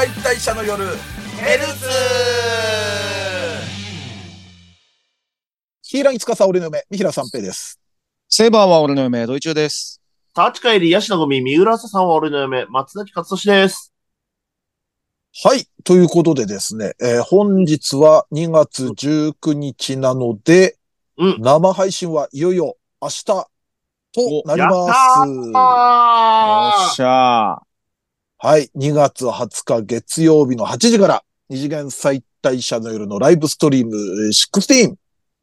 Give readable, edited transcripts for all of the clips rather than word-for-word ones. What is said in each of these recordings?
解体者の夜ヘルツヒーラン・イツカサ俺の嫁、三平三平です。 セイバーは俺の嫁、ドイチューです。 立川入りヤシナゴミ、三浦朝さんは俺の嫁、松崎勝利です。 はい。ということでですね、本日は2月19日なので、生配信はいよいよ明日となります。 やったー。 よっしゃー。 はい。2月20日月曜日の8時から二次元再退者の夜のライブストリーム16、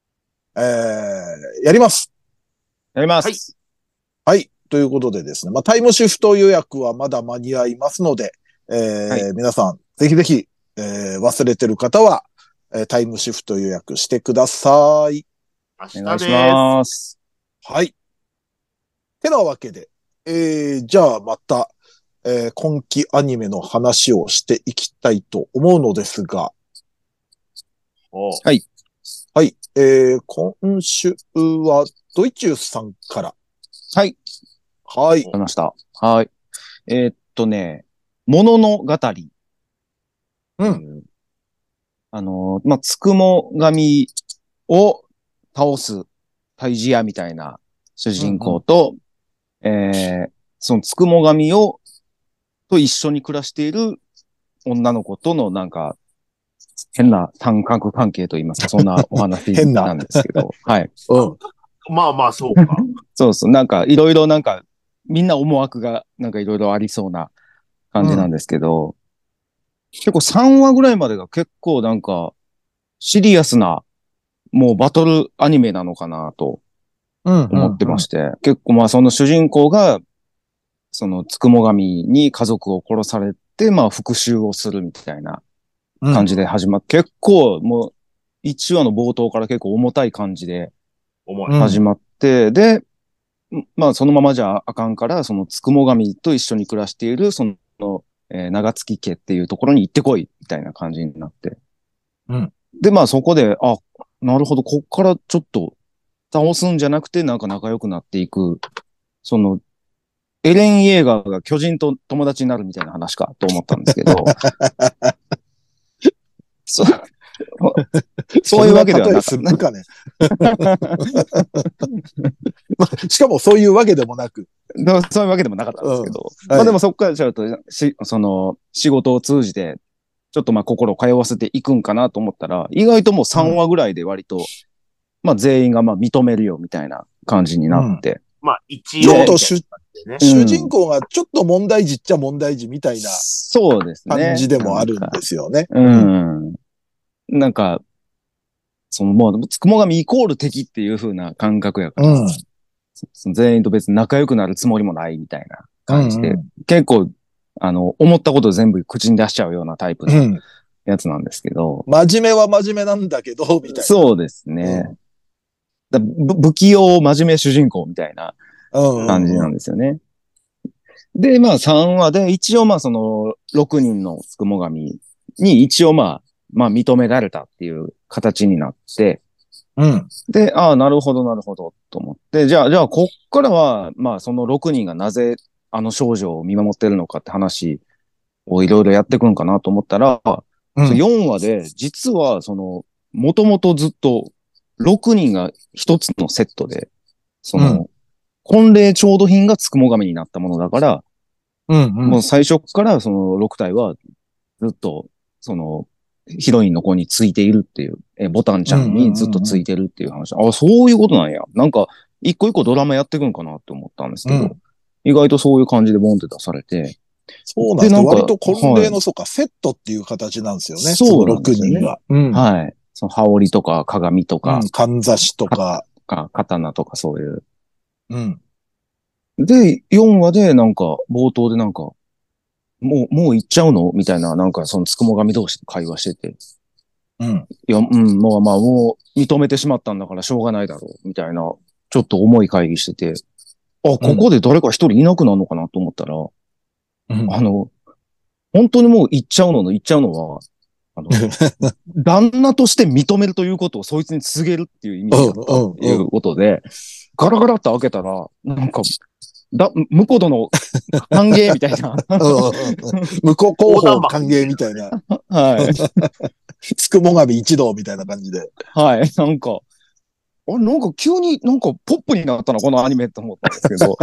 やります。 やります。 はい。ということでですね、タイムシフト予約はまだ間に合いますので、皆さん、ぜひぜひ、忘れてる方は、タイムシフト予約してください。 明日です。 お願いします。 はい。てなわけで、じゃあまた、今期アニメの話をしていきたいと思うのですが、 はい。 はい。今週はドイチューさんから。 はい。 はい。 わかりました。はい。ものの語り。つくも神を倒す退治屋みたいな主人公と、そのつくも神と一緒に暮らしている女の子とのなんか、変な三角関係と言いますか、そんなお話なんですけど。はい。 まあまあ、そうか。 そうそう。なんか、いろいろなんか、みんな思惑がなんかいろいろありそうな感じなんですけど、結構3話ぐらいまでが結構なんか、シリアスな、もうバトルアニメなのかなと思ってまして、結構その主人公が、そのつくも神に家族を殺されて、復讐をするみたいな感じで始まって、結構もう1話の冒頭から結構重たい感じで始まって、で、そのままじゃあかんから、そのつくも神と一緒に暮らしている、その、長月家っていうところに行ってこい、みたいな感じになって。で、そこで、なるほど、こっからちょっと倒すんじゃなくて、なんか仲良くなっていく、その、エレン・イェーガーが巨人と友達になるみたいな話かと思ったんですけど、そういうわけではなかった。 なんかね。しかもそういうわけでもなく。 そういうわけでもなかったんですけど。でもそこからちょっと、その、仕事を通じて、ちょっと心を通わせていくんかなと思ったら、意外ともう3話ぐらいで割と、全員が認めるよみたいな感じになって。 一応。 主人公がちょっと問題児っちゃ問題児みたいなそうですね。 感じでもあるんですよね。 なんか、もう、つくも神イコール敵っていう風な感覚やから、全員と別に仲良くなるつもりもないみたいな感じで、結構、思ったこと全部口に出しちゃうようなタイプのやつなんですけど。 真面目は真面目なんだけど、みたいな。 そうですね。不器用真面目主人公みたいな感じなんですよね。で、3話で、一応その、6人のつくも神に一応認められたっていう形になって、で、なるほど、なるほど、と思って、じゃあ、こっからは、その6人がなぜあの少女を見守ってるのかって話をいろいろやってくんかなと思ったら、4話で、実は、もともとずっと6人が一つのセットで、婚礼調度品がつくも神になったものだから、もう最初からその6体はずっと、ヒロインの子についているっていう、ボタンちゃんにずっとついてるっていう話。そういうことなんや。なんか、一個一個ドラマやってくんかなって思ったんですけど、意外とそういう感じでボンって出されて。 そうなんです。割と婚礼の、セットっていう形なんですよね。 そうなんですよね。 6人が。 はい。その羽織とか鏡とか。 かんざしとか。 刀とかそういう。で、4話でなんか、冒頭でなんか、もう行っちゃうのみたいな、なんかそのつくも神同士で会話してて。いや、もう認めてしまったんだからしょうがないだろう、みたいな、ちょっと重い会議してて、ここで誰か一人いなくなるのかなと思ったら、本当にもう行っちゃうのは、旦那として認めるということをそいつに告げるっていう意味だったっていうことで、ガラガラって開けたら、なんか、 向こうの歓迎みたいな。 向こう候補歓迎みたいな。 はい。 つくも神一同みたいな感じで。 はい。なんか急になんかポップになったな、このアニメって思ったんですけど。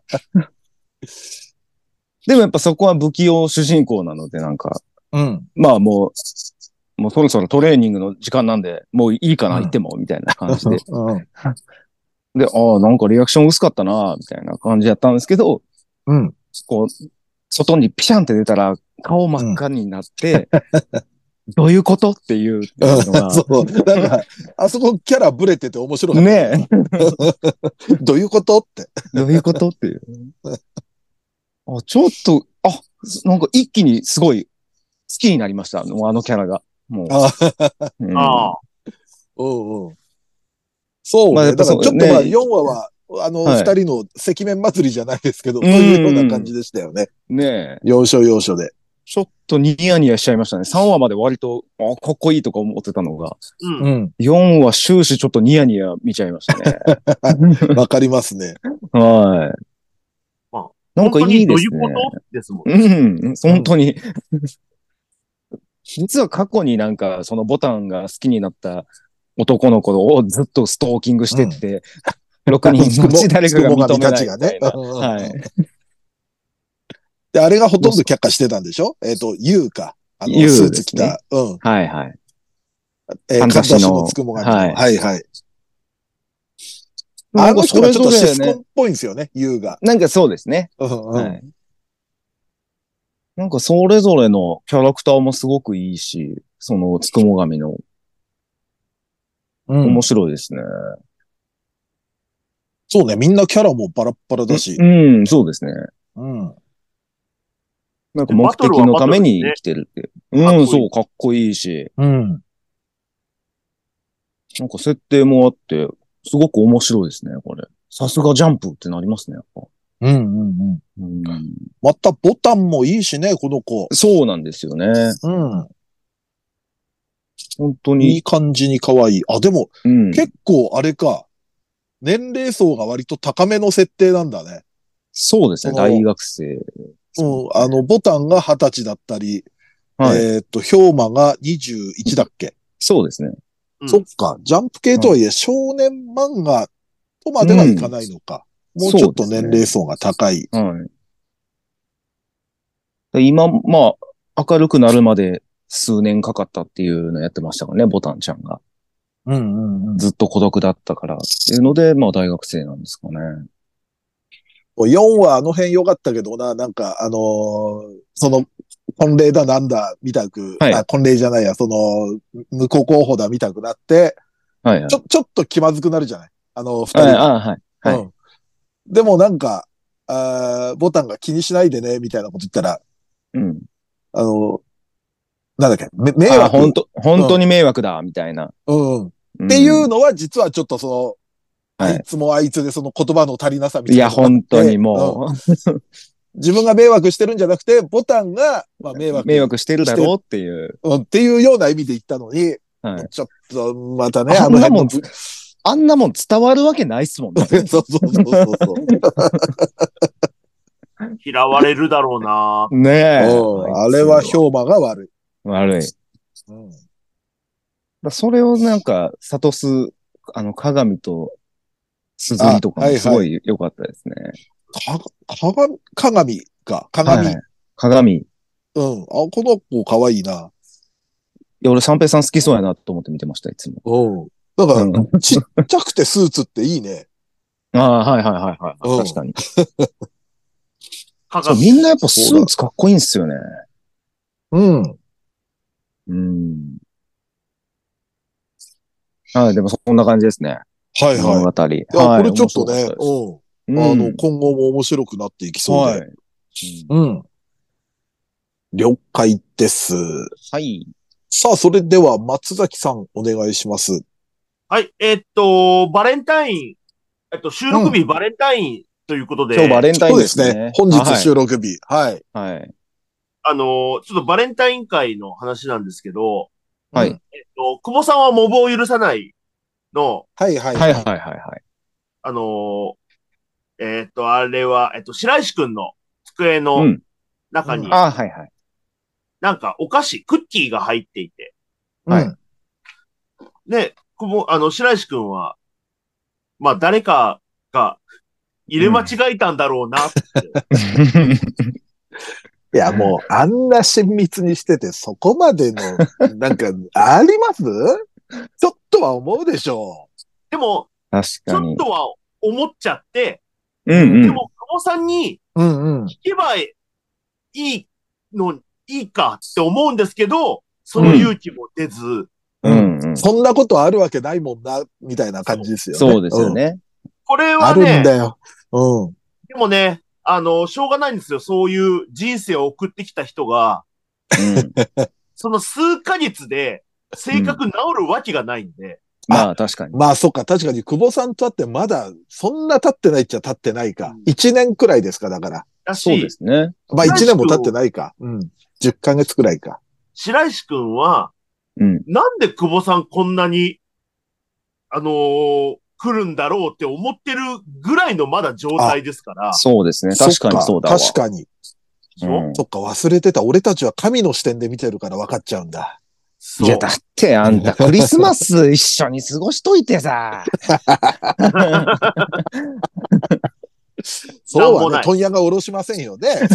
でもやっぱそこは不器用主人公なので、なんか、まあもうそろそろトレーニングの時間なんで、もういいかな、行っても、みたいな感じで。で、なんかリアクション薄かったな、みたいな感じやったんですけど、こう、外にピシャンって出たら、顔真っ赤になって、どういうことっていうのが。 そう。なんか、あそこキャラブレてて面白かった。 ねえ。どういうことって。 どういうことっていう。ちょっと、なんか一気にすごい好きになりました。あのキャラが。もう。 そうね。だからちょっとまあ4話は、二人の赤面祭りじゃないですけど、そういうような感じでしたよね。 ねえ。 要所要所で。 ちょっとニヤニヤしちゃいましたね。3話まで割と、かっこいいとか思ってたのが。4話終始ちょっとニヤニヤ見ちゃいましたね。 わかりますね。 はい。なんかいいですね。 どういうことですもんね。 本当に。実は過去になんかそのボタンが好きになった男の子をずっとストーキングしてって、6人のうち誰かが認めないみたいな。はい。 で、あれがほとんど却下してたんでしょユウか。スーツ着た。 はいはい。 かんざしのつくも神の。はいはい。あの人がちょっとシスコンっぽいんですよね、ユウが。 なんかそうですね。はい。なんかそれぞれのキャラクターもすごくいいし、そのつくも神の。面白いですね。 そうね、みんなキャラもバラッバラだし。 そうですね。なんか目的のために生きてるって。そう、かっこいいし。なんか設定もあって、すごく面白いですね、これ。さすがジャンプってなりますね、やっぱ。 またボタンもいいしね、この子。 そうなんですよね。本当に。 いい感じに可愛い。でも、結構あれか。年齢層が割と高めの設定なんだね。 そうですね、大学生。 ボタンが20歳だったり、氷馬が21だっけ。 そうですね。 そっか。ジャンプ系とはいえ、少年漫画とまではいかないのか。もうちょっと年齢層が高い。 今、まあ、明るくなるまで数年かかったっていうのやってましたからね、ボタンちゃんが。ずっと孤独だったからっていうので、まあ大学生なんですかね。 4はあの辺良かったけどな、なんか、その、婚礼だなんだ、みたく、婚礼じゃないや、その、向こう候補だみたくなって、ちょっと気まずくなるじゃない二人が。でもなんか、ボタンが気にしないでね、みたいなこと言ったら、なんだっけ、迷惑。 本当に迷惑だ、みたいな。 っていうのは、実はちょっとその、あいつもあいつでその言葉の足りなさみたいな。 いや、本当にもう。 自分が迷惑してるんじゃなくて、ボタンが、まあ、迷惑してるだろうっていう。 っていうような意味で言ったのに、ちょっと、またね、 あんなもん伝わるわけないっすもんね。 そう。 嫌われるだろうな。 ねえ。 あれは氷馬が悪い。 悪い。それをなんか、諭す、鏡と、鈴木とかもすごい良かったですね。 鏡か。鏡。 鏡。 この子可愛いな。 いや、俺、三平さん好きそうやなと思って見てました、いつも。 だから、ちっちゃくてスーツっていいね。 はい。確かに。そう、みんなやっぱスーツかっこいいんすよね。でもそんな感じですね。物語。 これちょっとね、今後も面白くなっていきそうで。了解です。 はい。 さあ、それでは松崎さんお願いします。 はい。バレンタイン、収録日バレンタインということで。 今日バレンタインですね。 そうですね。本日収録日。はい。 ちょっとバレンタイン会の話なんですけど、久保さんはモブを許さないの、 あれは、白石くんの机の中に、 はいはい。 なんかお菓子、クッキーが入っていて、 はいうん。 で、白石くんは、まあ誰かが入れ間違えたんだろうなって。 いや、もう、あんな親密にしてて、そこまでの、なんか、ありますちょっとは思うでしょでも、 確ちかに。 ょっとは思っちゃって、 うんうん。 でも、久保さんにう。うんうん。 聞けばいいかって思うんですけど、その勇気も出ず、 うんうん。 そんなことあるわけないもんな、みたいな感じですよね。 そうですよね。 これあるんはね、 だよ。うん。 でもね、しょうがないんですよ。そういう人生を送ってきた人が、 うん。 その数ヶ月で性格治るわけがないんで。 まあ確かに。 まあそっか、確かに久保さんと会ってまだそんな経ってないっちゃ経ってないか。 うん 1年くらいですか、だから。 だし、 そうですね。 まあ1年も経ってないか。うん。10ヶ月くらいか。 白石くんは、 うん。 なんで久保さんこんなに、来るんだろうって思ってるぐらいのまだ状態ですから。 そうですね。確かにそうだわ。 確かに。 でしょうんそっか、忘れてた。俺たちは神の視点で見てるから分かっちゃうんだ。 そういや、だってあんたクリスマス一緒に過ごしといてさ。 そうはね、 なんもない問屋が下ろしませんよね。うん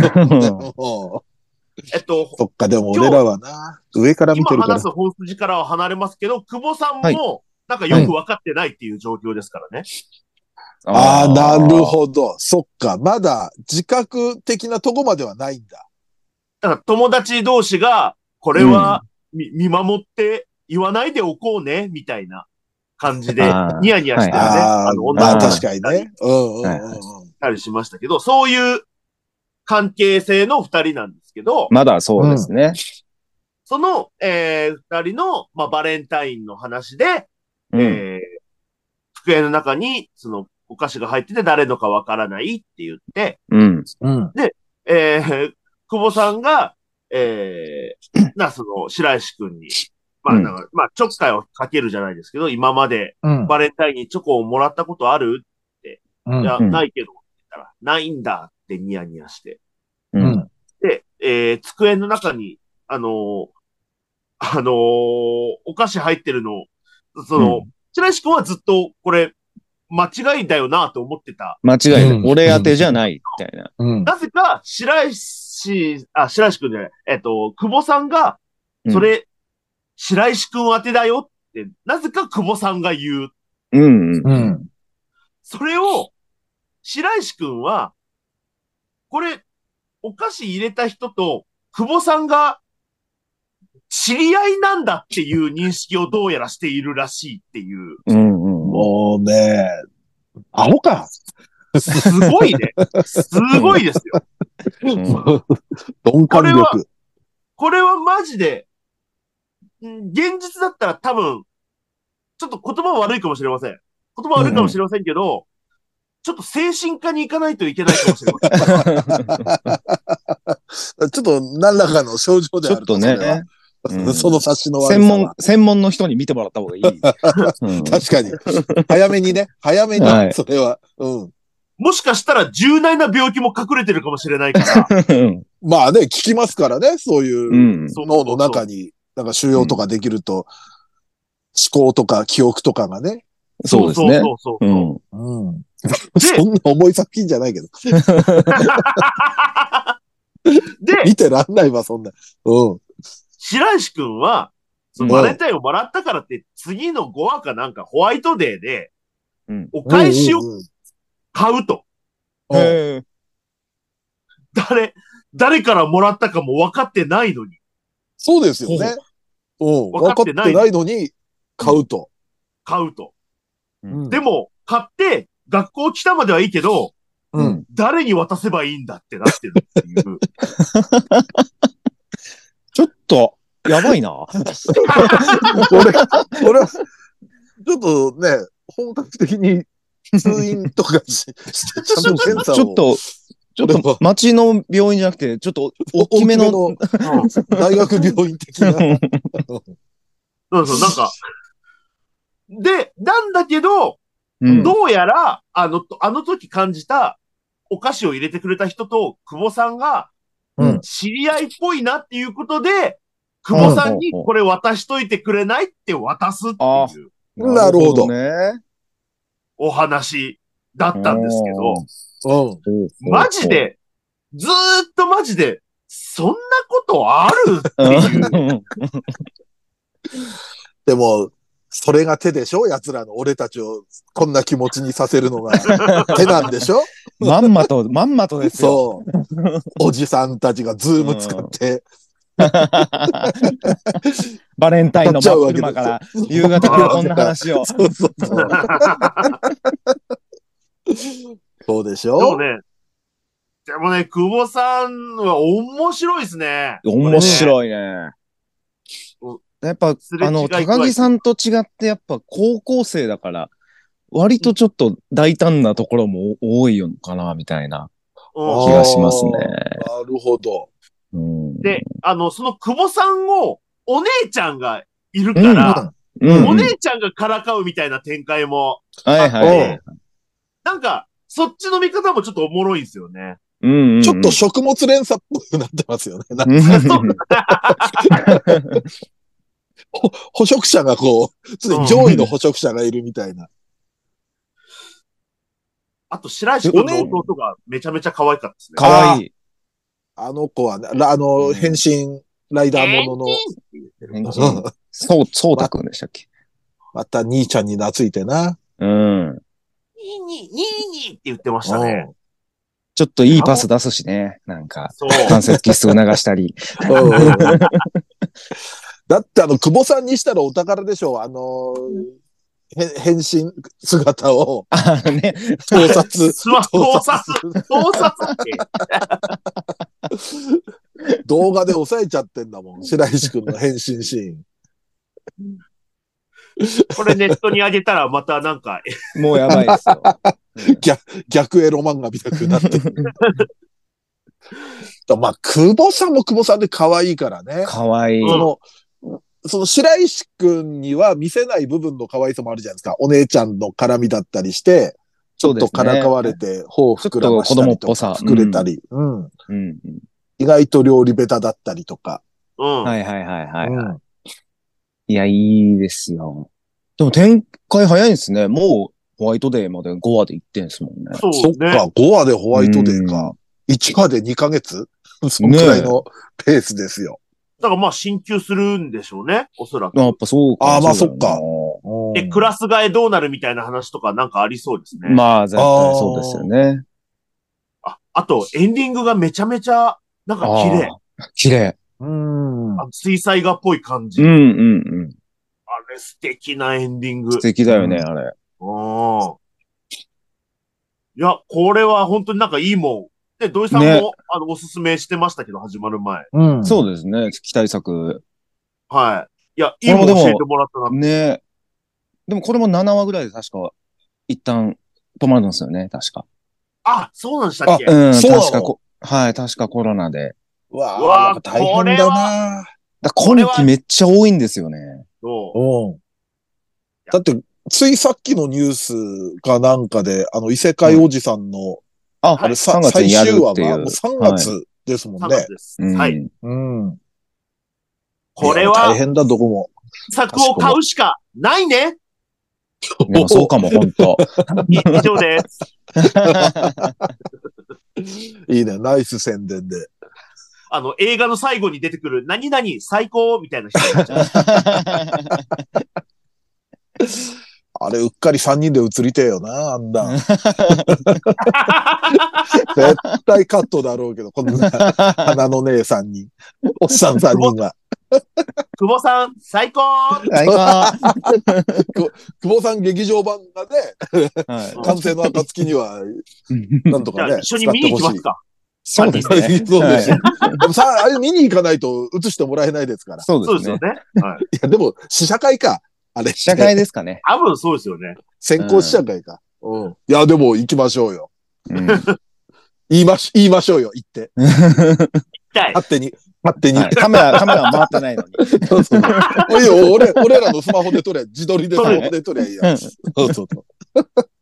そっか、でも俺らはな、上から見今てるから話。す本筋からは離れますけど、久保さんはいも、なんかよく分かってないっていう状況ですからね。 ああ、なるほど。そっか。まだ自覚的なとこまではないんだ。 だから友達同士が、これは見守って言わないでおこうね、みたいな感じであー、 ニヤニヤしてるね。 ああ、 女の子まあ確かにね。うんうんうんうん。 たりしましたけど、そういう関係性の二人なんですけど、 まだそうですね。 その、二人の、まあ、バレンタインの話で、 うん。 机の中に、その、お菓子が入ってて誰のかわからないって言って、 うん。 うん。 久保さんが、その、白石くんに、まあ、なんか、まあ、ちょっかいをかけるじゃないですけど、今までうん。 バレンタインにチョコをもらったことあるって、 うんいや、 うんないけど、って言ったら、ないんだってニヤニヤして。 う。 うんん。 で、机の中に、お菓子入ってるの、その、白石くんはずっと、これ、間違いだよなと思ってた。 間違いない。 うん俺宛てじゃない、みたいな。 うん。 なぜか、白石くんじゃない、久保さんが、それ、白石くん宛てだよって、なぜか久保さんが言う。 うん。うん。 うん。 それを、白石くんは、これ、お菓子入れた人と、久保さんが、知り合いなんだっていう認識をどうやらしているらしいっていう。 うん。 もうね、アホか。 すごいね。すごいですよ。 鈍感力。 これはマジで、現実だったら多分、ちょっと言葉は悪いかもしれません。言葉は悪いかもしれませんけど、ちょっと精神科に行かないといけないかもしれません。 ちょっと何らかの症状であるちょっとね。 その察しの悪さは。 専門の人に見てもらった方がいい。 確かに。早めにね。早めに、それは。うん。 もしかしたら重大な病気も隠れてるかもしれないから。 まあね、聞きますからね。そういう脳の中に、なんか腫瘍とかできると、思考とか記憶とかがね。 そうですね。 そう。 うん。そんな重い作品じゃないけど。 で、 見てらんないわ、そんな。うん。 白石くんは、そのバレンタインをもらったからって、次の5話かなんかホワイトデーで、お返しを買うと。誰からもらったかも分かってないのに。 そうですよね。分かってないのに、買うと。 でも、買って、学校来たまではいいけど、誰に渡せばいいんだってなってるっていう。 ちょっと、やばいな。 俺は、ちょっとね、本格的に通院とかして、ちゃんと検査を。 ちょっと町の病院じゃなくて、ちょっと大きめの大学病院的な。 そう、なんか。で、なんだけど、 どうやら、あの時感じたお菓子を入れてくれた人と久保さんが、知り合いっぽいなっていうことで、久保さんにこれ渡しといてくれないって渡すっていう。 なるほど。 お話だったんですけど、マジで、ずーっとマジで、そんなことあるっていう。 でも、それが手でしょ？奴らの俺たちをこんな気持ちにさせるのが手なんでしょ？ まんまとですよ。 そう。おじさんたちがズーム使って。 バレンタインの真っ昼間から夕方からこんな話を。 そう。そうでしょ？ でもね、久保さんは面白いですね。 面白いね。やっぱ、高木さんと違って、やっぱ高校生だから、割とちょっと大胆なところも多いのかな、みたいな気がしますね。なるほど。 で、その久保さんをお姉ちゃんがいるから、お姉ちゃんがからかうみたいな展開もあって、なんか、そっちの見方もちょっとおもろいですよね。 ちょっと食物連鎖っぽくなってますよね。捕食者がこう、常に上位の捕食者がいるみたいな。 あと、白石君の弟がめちゃめちゃ可愛かったですね。 可愛い。 あの子はね、変身ライダーものの。 そうたくんでしたっけ？ また兄ちゃんに懐いてな。 にーって言ってましたね。 ちょっといいパス出すしね。なんか、関節キスを流したり。 だって久保さんにしたらお宝でしょ。変身姿を。 ね。 盗撮って。 動画で抑えちゃってんだもん。白石くんの変身シーン。 これネットに上げたらまたなんか。 もうやばいですよ。 逆エロ漫画みたくなってる。まあ、久保さんも久保さんで可愛いからね。 可愛い。 その白石くんには見せない部分の可愛さもあるじゃないですか。お姉ちゃんの絡みだったりして、ちょっとからかわれて、頬膨らましたりとか、膨れたり。意外と料理ベタだったりとか。 はい。いや、いいですよ。でも展開早いんですね。もうホワイトデーまで5話で行ってんすもんね。 そっか、5話でホワイトデーか。1話で2ヶ月そのくらいのペースですよ。 だからまあ進級するんでしょうね。おそらく。 やっぱそうか。 まあそっか。 クラス替えどうなるみたいな話とかなんかありそうですね。 まあ絶対そうですよね。 あとエンディングがめちゃめちゃなんか綺麗。 綺麗。 水彩画っぽい感じ。あれ素敵なエンディング。 素敵だよね、あれ。 いや、これは本当になんかいいもん。で、土井さんも、おすすめしてましたけど、始まる前。 そうですね、期待作。 はい。いや、いいもん教えてもらったな。 ね。でもこれも7話ぐらいで確か、一旦止まるんですよね、確か。 あ、そうなんでしたっけ？ 確か確かコロナで。 わあ、大変だな。 今期めっちゃ多いんですよね。 だって、ついさっきのニュースかなんかで、異世界おじさんの、 あれ、3月にやるっていう。 最終話がもう3月ですもんね。 3月です。はい。これは、 大変だ、どこも。 作を買うしかないね。 でもそうかも、ほんと。 以上です。 いいね、ナイス宣伝で。 映画の最後に出てくる、何々最高みたいな人になっちゃう。 あれ、うっかり3人で映りてえよな、あんな。絶対カットだろうけど、こんな花の姉3人。おっさん3人が。 久保さん、最高最高久保さん劇場版がね、完成の暁には、なんとかね、 一緒に見に行きますか。 そうですね。 そうです。でもさ、あれ見に行かないと映してもらえないですから。 そうですよね。 いや、でも、試写会か。あれ。 試写会ですかね。 多分そうですよね。 先行試写会か。いや、でも行きましょうよ。言いましょうよ、行って。勝手に。 カメラ回ってないのに。 そうそう。俺らのスマホで撮れ、自撮りでスマホで撮れいいや。そう。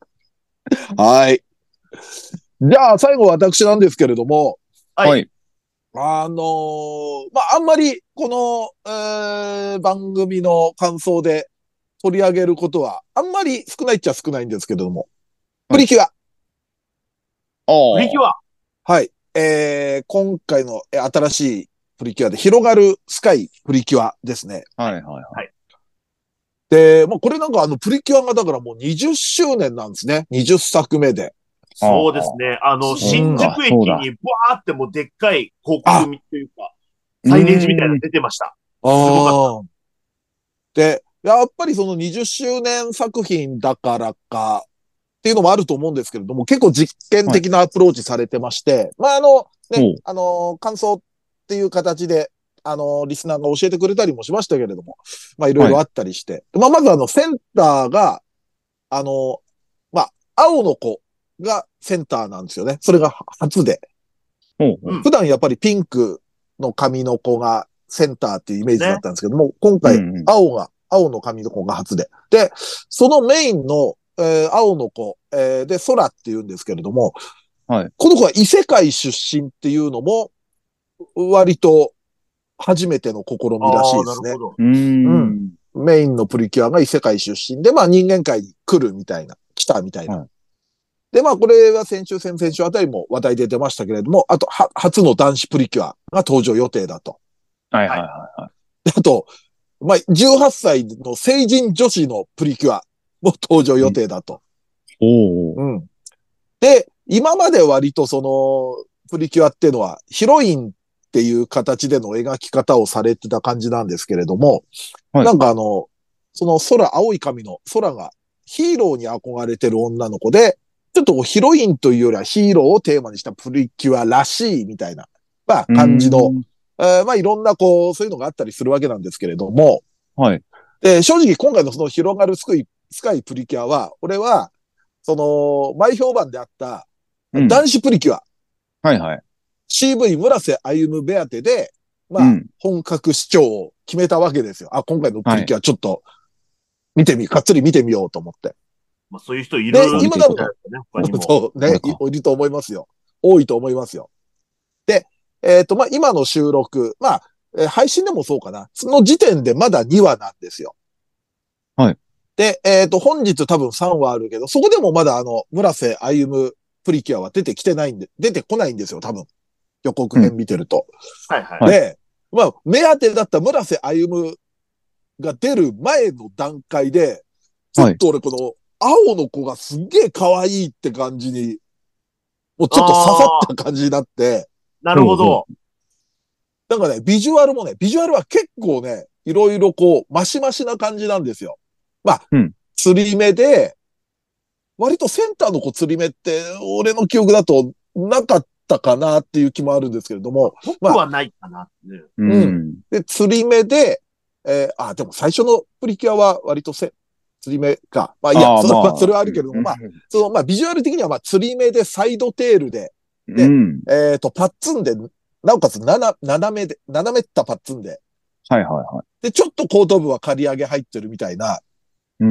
はい。じゃあ、最後私なんですけれども、 はい。 まあ、あんまり、この、番組の感想で取り上げることは、あんまり少ないっちゃ少ないんですけれども、プはい。 リキュア。 ああ。 プリキュア。 はい。今回の新しいプリキュアで広がるスカイプリキュアですね。 はいはいはい。 で、まあ、これなんかプリキュアがだからもう20周年なんですね。20作目で。 ああ、 そうですね。新そうか、そうだ。 宿駅にブワーってもうでっかい広告あ、 というか、 うサイネージみたいなのーん。 出てました。すごかった。 ああ。で、やっぱりその20周年作品だからかっていうのもあると思うんですけれども、結構実験はい。 的なアプローチされてまして、まあ、ね、 おう。 感想っていう形で、リスナーが教えてくれたりもしましたけれども、まあ、いろいはい。 ろあったりして、まあ、まずセンターが、あの、まあ、青の子がセンターなんですよね。それが初で。 おうおう。 うん。 普段やっぱりピンクの髪の子がセンターっていうイメージだっね。 たんですけども、今回うんうん。 青の髪の子が初で。で、そのメインの、青の子、で、空って言うんですけれども、 はい。 この子は異世界出身っていうのも、割と初めての試みらしいああ、 ですね。 なるほど。 うーうん。 ん。 メインのプリキュアが異世界出身で、まあ人間界に来るみたいな、来たみたいな。 はい。 で、まあこれは先週、先々週あたりも話題で出ましたけれども、あと、初の男子プリキュアが登場予定だと。 はいはいはい。 はであと、まあ18歳の成人女子のプリキュアも登場い。ん予定だと。 おお。 うん。で、今まで割とその、プリキュアっていうのはヒロインっていう形での描き方をされてた感じなんですけれども、 はい。 なんかその青い髪の空がヒーローに憧れてる女の子で、ちょっとヒロインというよりはヒーローをテーマにしたプリキュアらしいみたいな、まあうー感じの、 ん。 まあいろんなこう、そういうのがあったりするわけなんですけれども、 はい。 正直今回のその広がるスカイプリキュアは、俺は、その、前評判であったうん。 男子プリキュア、 はいはい。 CV 村瀬歩目当てで、まあ、 うん。 本格視聴を決めたわけですよ。あ、今回のプはい。 リキュアちょっとがっつり見てみようと思って。 まあ、そういう人いるで、 あ、見今だ、 ていこうと。 ね、他にも。 そうね、 これか。 いると思いますよ。多いと思いますよ。で、まあ、今の収録、まあ、配信でもそうかな。その時点でまだ2話なんですよ。 はい。 で、本日多分3話あるけど、そこでもまだ村瀬歩プリキュアは出てこないんですよ、多分。予告編うん。 見てると。 はいはい。 はい。 で、まあ、目当てだった村瀬歩が出る前の段階で、ちょっはい。 と俺この青の子がすっげえ可愛いって感じに、もうちょっと刺さっああ、 た感じになって、 なるほうほう。 ほど。 なんかね、ビジュアルは結構ね、いろいろこう、マシマシな感じなんですよ。まあ、 うん。 釣り目で、割とセンターの子釣り目って、俺の記憶だとなかったかなっていう気もあるんですけれども、 ぽまあ、 くはないかな。ね。 ううん。 ん。 で、釣り目で、でも最初のプリキュアは割と釣り目か。まあいいや、 ああ、 まあ、そまあ。 れはあるうん。 けれども、まあ、その、まあ、ビジュアル的にはまあ、釣り目でサイドテールで、で、 うん。 パッツンで、なおかつ斜めったパッツンで、 はいはいはい。 で、ちょっと後頭部は刈り上げ入ってるみたいなうん。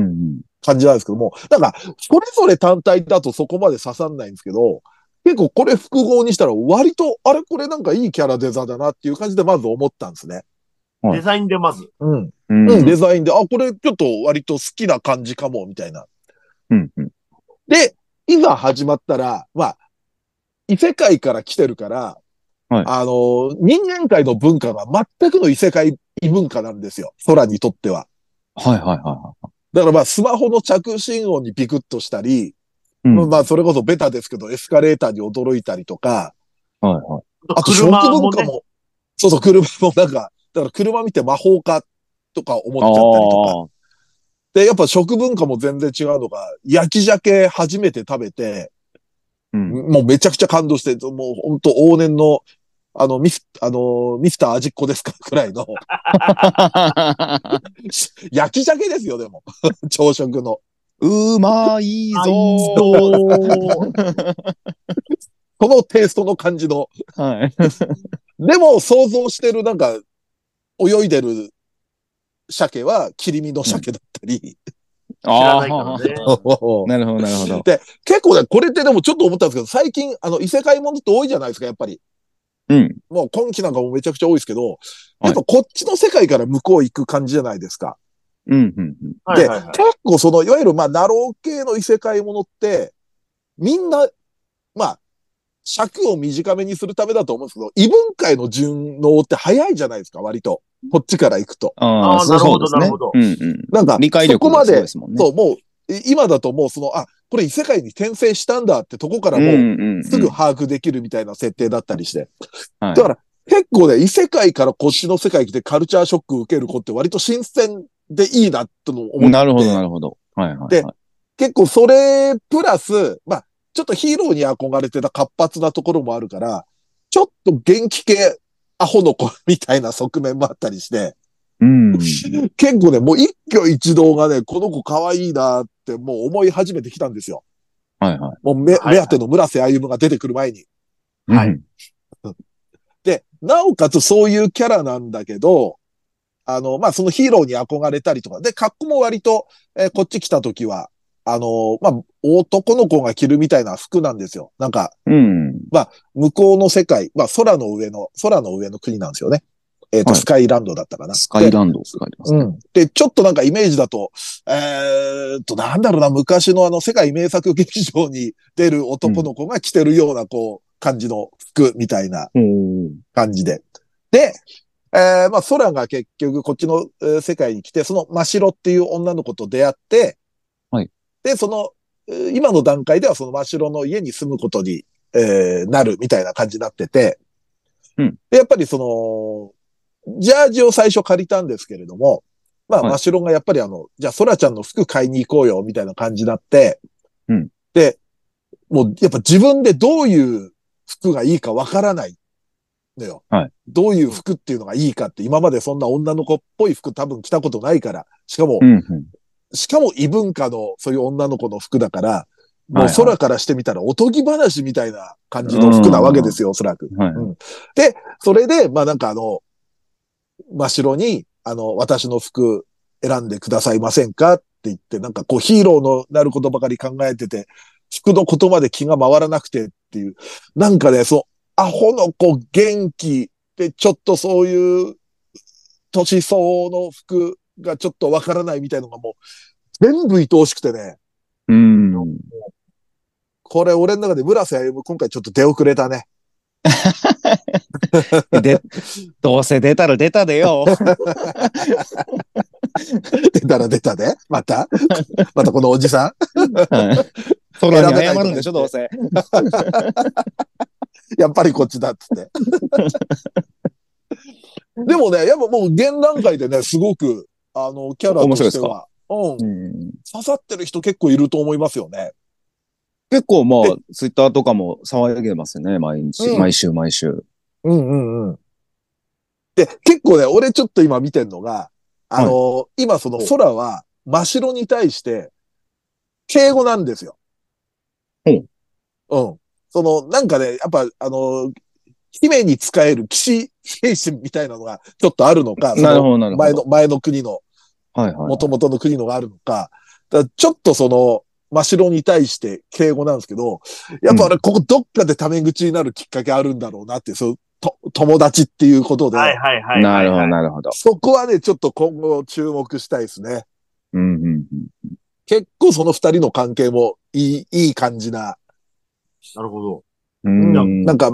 感じなんですけども、なんか、それぞれ単体だとそこまで刺さんないんですけど、結構これ複合にしたら割と、あれこれなんかいいキャラデザだなっていう感じでまず思ったんですね。 はい。 デザインでまず。 うん。 ううん、デん。 ザインで、あ、これちょっと割と好きな感じかも、みたいな。 うん。うん。 で、いざ始まったら、まあ、異世界から来てるから、 はい。 人間界の文化が全くの異世界異文化なんですよ。空にとっては。 はいはいはだからまあ、スマホの着信音にビクッとしたり、 い。うん。 まあ、それこそベタですけど、エスカレーターに驚いたりとか、 はいはい。 あと食車もね。 文化も、そうそう、車もなんか、だから車見て魔法かとか思っあちゃったりとか。 あ。 で、やっぱ食文化も全然違うのが、焼き鮭初めて食べて、 うん。 もうめちゃくちゃ感動して、もう本当往年の、ミスター味っ子ですかくらいの、焼き鮭ですよ、でも。朝食の。 うまいぞあ、いいぞー。 ー。 このテイストの感じの。 はい。 でも想像してるなんか、泳いでる鮭は切り身の鮭だったり、 知らないからね。 なるほど、なるほど。 で、結構ね、これってでもちょっと思ったんですけど、最近、異世界ものって多いじゃないですか、やっぱり。 うん。 もう今期なんかもめちゃくちゃ多いですけど、やっぱこっちの世界から向こう行く感じじゃないですか。 うん、うん、 で、結構その、いわゆるナロー系の異世界ものって、みんな、まあ、尺を短めにするためだと思うんですけど、異文化への順応って早いじゃないですか、割と。こっちから行くと。 ああ、なるほど、なるほど。 うんうん。 なんか、 理解力がすごいですもんね。 そう、もう、今だともうこれ異世界に転生したんだってとこからもう、すぐ把握できるみたいな設定だったりして。だから、結構ね、異世界からこっちの世界来てカルチャーショック受ける子って割と新鮮でいいなってのを思って。 なるほど、なるほど。はいはい。 で、結構それプラス、ちょっとヒーローに憧れてた活発なところもあるから、ちょっと元気系アホの子みたいな側面もあったりして、結構ね、もう一挙一動がね、この子可愛いなってもう思い始めてきたんですよ。 はいはい。 もう目当ての村瀬歩が出てくる前に。 はい。 で、なおかつそういうキャラなんだけど、そのヒーローに憧れたりとか、で、格好も割と、こっち来た時は、男の子が着るみたいな服なんですよ。なんか、向こうの世界、空の上の国なんですよね。スカイランドだったかな。 スカイランドって書いてますね。 で、ちょっとなんかイメージだと、なんだろうな、昔の世界名作劇場に出る男の子が着てるような、感じの服みたいな感じで。で、空が結局こっちの世界に来て、その真白っていう女の子と出会って、 はい。 で、今の段階ではその真白の家に住むことに、なるみたいな感じになってて、で、やっぱりジャージを最初借りたんですけれども、真白がやっぱりじゃあ空ちゃんの服買いに行こうよ、みたいな感じになって、で、もうやっぱ自分でどういう服がいいかわからないのよ。どういう服っていうのがいいかって、今までそんな女の子っぽい服多分着たことないから、しかも異文化のそういう女の子の服だから、もう空からしてみたらおとぎ話みたいな感じの服なわけですよ、おそらく。で、それで、なんか真っ白に、私の服選んでくださいませんかって言って、なんかヒーローのなることばかり考えてて、服のことまで気が回らなくてっていう、なんかね、アホの子元気で、ちょっとそういう、年相応の服がちょっとわからないみたいなのがもう、全部愛おしくてね。これ俺の中で村瀬歩今回ちょっと出遅れたね。 どうせ出たら出たでよ。 出たら出たでまたこのおじさん空に謝るんでしょ、どうせ。 やっぱりこっちだっつって。でもね、やっぱもう現段階でね、すごく、キャラとしては、刺さってる人結構いると思いますよね。 結構ツイッターとかも騒げますよね、毎日、毎週毎週。 で、結構ね、俺ちょっと今見てんのが、今その空は真白に対して、敬語なんですよ。なんかね、やっぱ、姫に仕える騎士精神みたいなのがちょっとあるのか、 なるほど、なるほど。 前の国の、元々の国のがあるのか、ちょっと真白に対して敬語なんですけど、やっぱ俺、ここどっかでタメ口になるきっかけあるんだろうなって、友達っていうことで。 なるほど、なるほど。 そこはね、ちょっと今後注目したいですね。結構その二人の関係もいい感じな。 なるほど。 なんか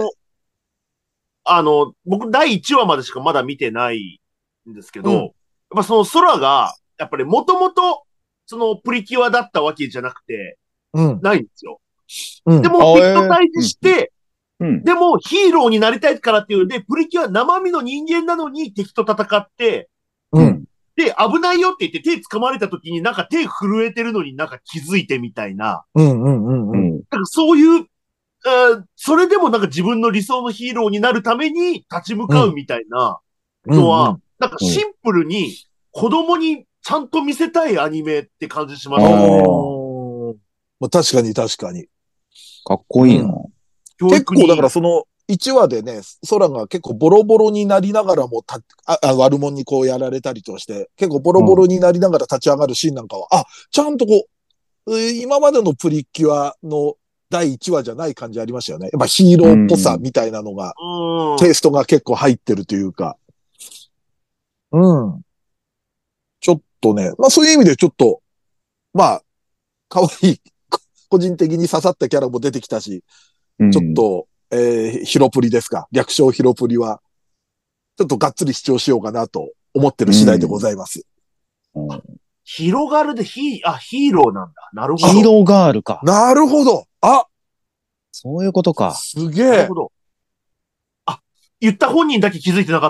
僕第1話までしかまだ見てないんですけど、やっぱその空が、やっぱりもともと、プリキュアだったわけじゃなくて、ないんですよ。でも、敵と対峙して、でもヒーローになりたいからっていうので、プリキュア生身の人間なのに敵と戦って、で、危ないよって言って手掴まれた時になんか手震えてるのになんか気づいてみたいな。なんかそういう、それでもなんか自分の理想のヒーローになるために立ち向かうみたいなのは、なんかシンプルに子供にちゃんと見せたいアニメって感じしましたね。 確かに確かに。 かっこいいな。 結構だから 1話でね、空が結構ボロボロになりながらも悪者にこうやられたりとして、結構ボロボロになりながら立ち上がるシーンなんかは、ちゃんと今までのプリキュアの第1話じゃない感じありましたよね。やっぱヒーローっぽさみたいなのが、テイストが結構入ってるというか。うん。ちょっとね、まあそういう意味でちょっと、まあ、可愛い、個人的に刺さったキャラも出てきたし、ちょっと、ヒロプリですか。略称ヒロプリは、ちょっとがっつり視聴しようかなと思ってる次第でございます。 広がるでヒーローなんだ。なるほど。 ヒーローガールか。 なるほど。 そういうことか。 すげえ。 なるほど。言った本人だけ気づいてなかった。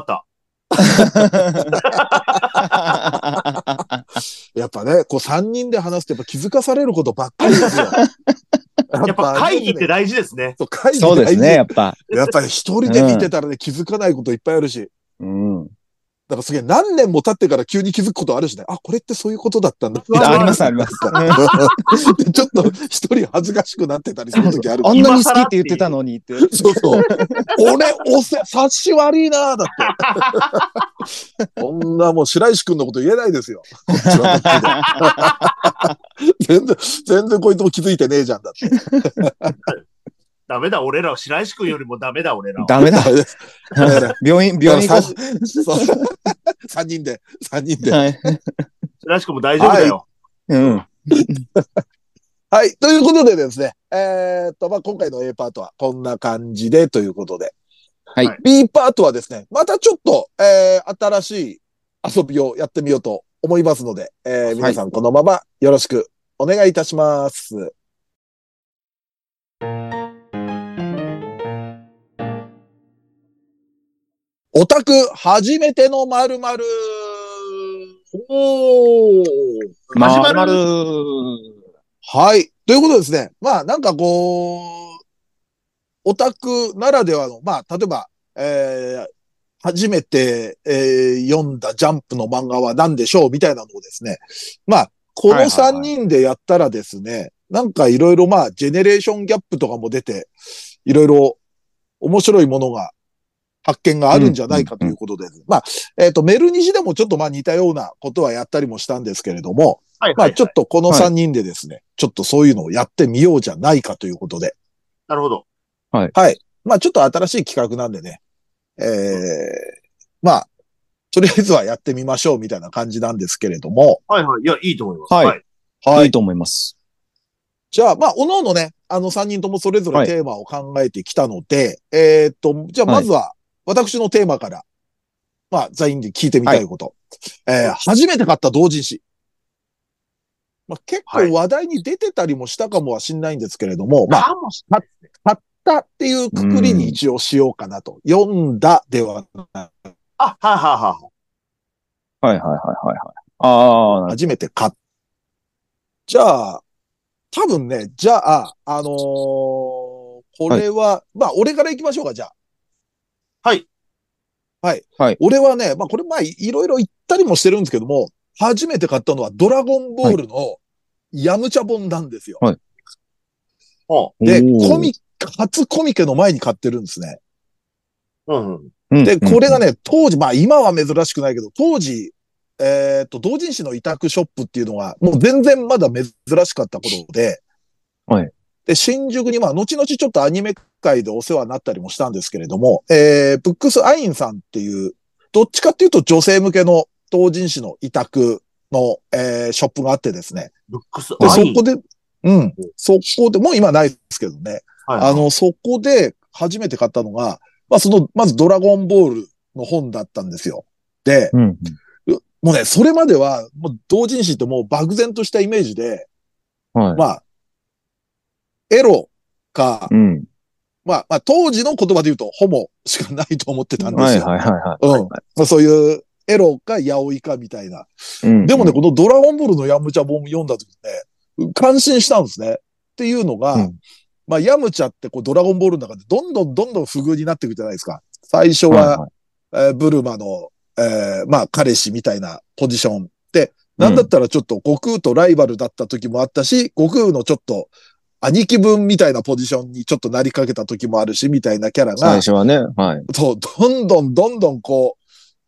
やっぱね、3人で話すとやっぱ気づかされることばっかりですよ。 やっぱ会議って大事ですね。 そうですね、やっぱ。 やっぱり一人で見てたらね、気づかないこといっぱいあるし。だからすげえ何年も経ってから急に気づくことあるしね。これってそういうことだったんだ。 あります、あります。 ちょっと一人恥ずかしくなってたりするときある。 あんなに好きって言ってたのにって。 そうそう。察し悪いなーだって。こんなもう白石くんのこと言えないですよ。こっちはこっちで。全然こいつも気づいてねえじゃんだって。 ダメだ、俺らは白石くんよりもダメだ、俺らは。 ダメだ。病院行こう。3人で。 白石くんも大丈夫だよ。 はい。ということでですね。まあ、今回の A パートはこんな感じでということで。 はい。 B パートはですね、またちょっと、新しい遊びをやってみようと思いますので、皆さんこのままよろしくお願いいたします。オタク初めての〇〇。 始まる。 はい。ということでですね。まあなんかオタクならではの、まあ例えば、初めて、読んだジャンプの漫画は何でしょうみたいなのをですね。まあ、この3人でやったらですね、なんかいろいろまあ、ジェネレーションギャップとかも出て、いろいろ面白いものが発見があるんじゃないかということで、まあ、メルニジでもちょっとまあ似たようなことはやったりもしたんですけれども、まあちょっとこの3人でですね、ちょっとそういうのをやってみようじゃないかということで。 なるほど。 はい。まあちょっと新しい企画なんでね、まあ、とりあえずはやってみましょうみたいな感じなんですけれども。 はい。いや、いいと思います。 はい。いいと思います。 じゃあ、まあ、おのおのね、3人ともそれぞれテーマを考えてきたので、じゃあまずは、私のテーマから、まあ、全員で聞いてみたいこと。初めて買った同人誌。まあ、結構話題に出てたりもしたかもはしんないんですけれども、まあ、買ったっていうくくりに一応しようかなと。読んだではない。初めて買った。じゃあ、多分ね、これは、まあ、俺から行きましょうか、じゃあ。はい。俺はね、まあ、これ、まあ、いろいろ言ったりもしてるんですけども、初めて買ったのはドラゴンボールのヤムチャ本なんですよ。で、初コミケの前に買ってるんですね。で、これがね、当時、まあ、今は珍しくないけど、当時、同人誌の委託ショップっていうのは、もう全然まだ珍しかったことで、で、新宿に、まあ、後々ちょっとアニメ界でお世話になったりもしたんですけれども、ブックスアインさんっていう、どっちかっていうと女性向けの同人誌の委託の、ショップがあってですね。 ブックスアイン。 そこで、もう今ないですけどね。そこで初めて買ったのが、まあ、まずドラゴンボールの本だったんですよ。で、もうね、それまでは、もう同人誌ってもう漠然としたイメージで、まあ、エロか、まあ、当時の言葉で言うと、ホモしかないと思ってたんですよ。そういうエロかヤオイかみたいな。でもね、このドラゴンボールのヤムチャ本読んだ時ね、感心したんですね。っていうのが、まあ、ヤムチャってこうドラゴンボールの中でどんどん不遇になっていくじゃないですか。最初は、ブルマの、まあ、彼氏みたいなポジションで、なんだったらちょっと悟空とライバルだった時もあったし、悟空のちょっと、 兄貴分みたいなポジションにちょっとなりかけた時もあるし、みたいなキャラが、 最初はね、はい。 そう、どんどんこう、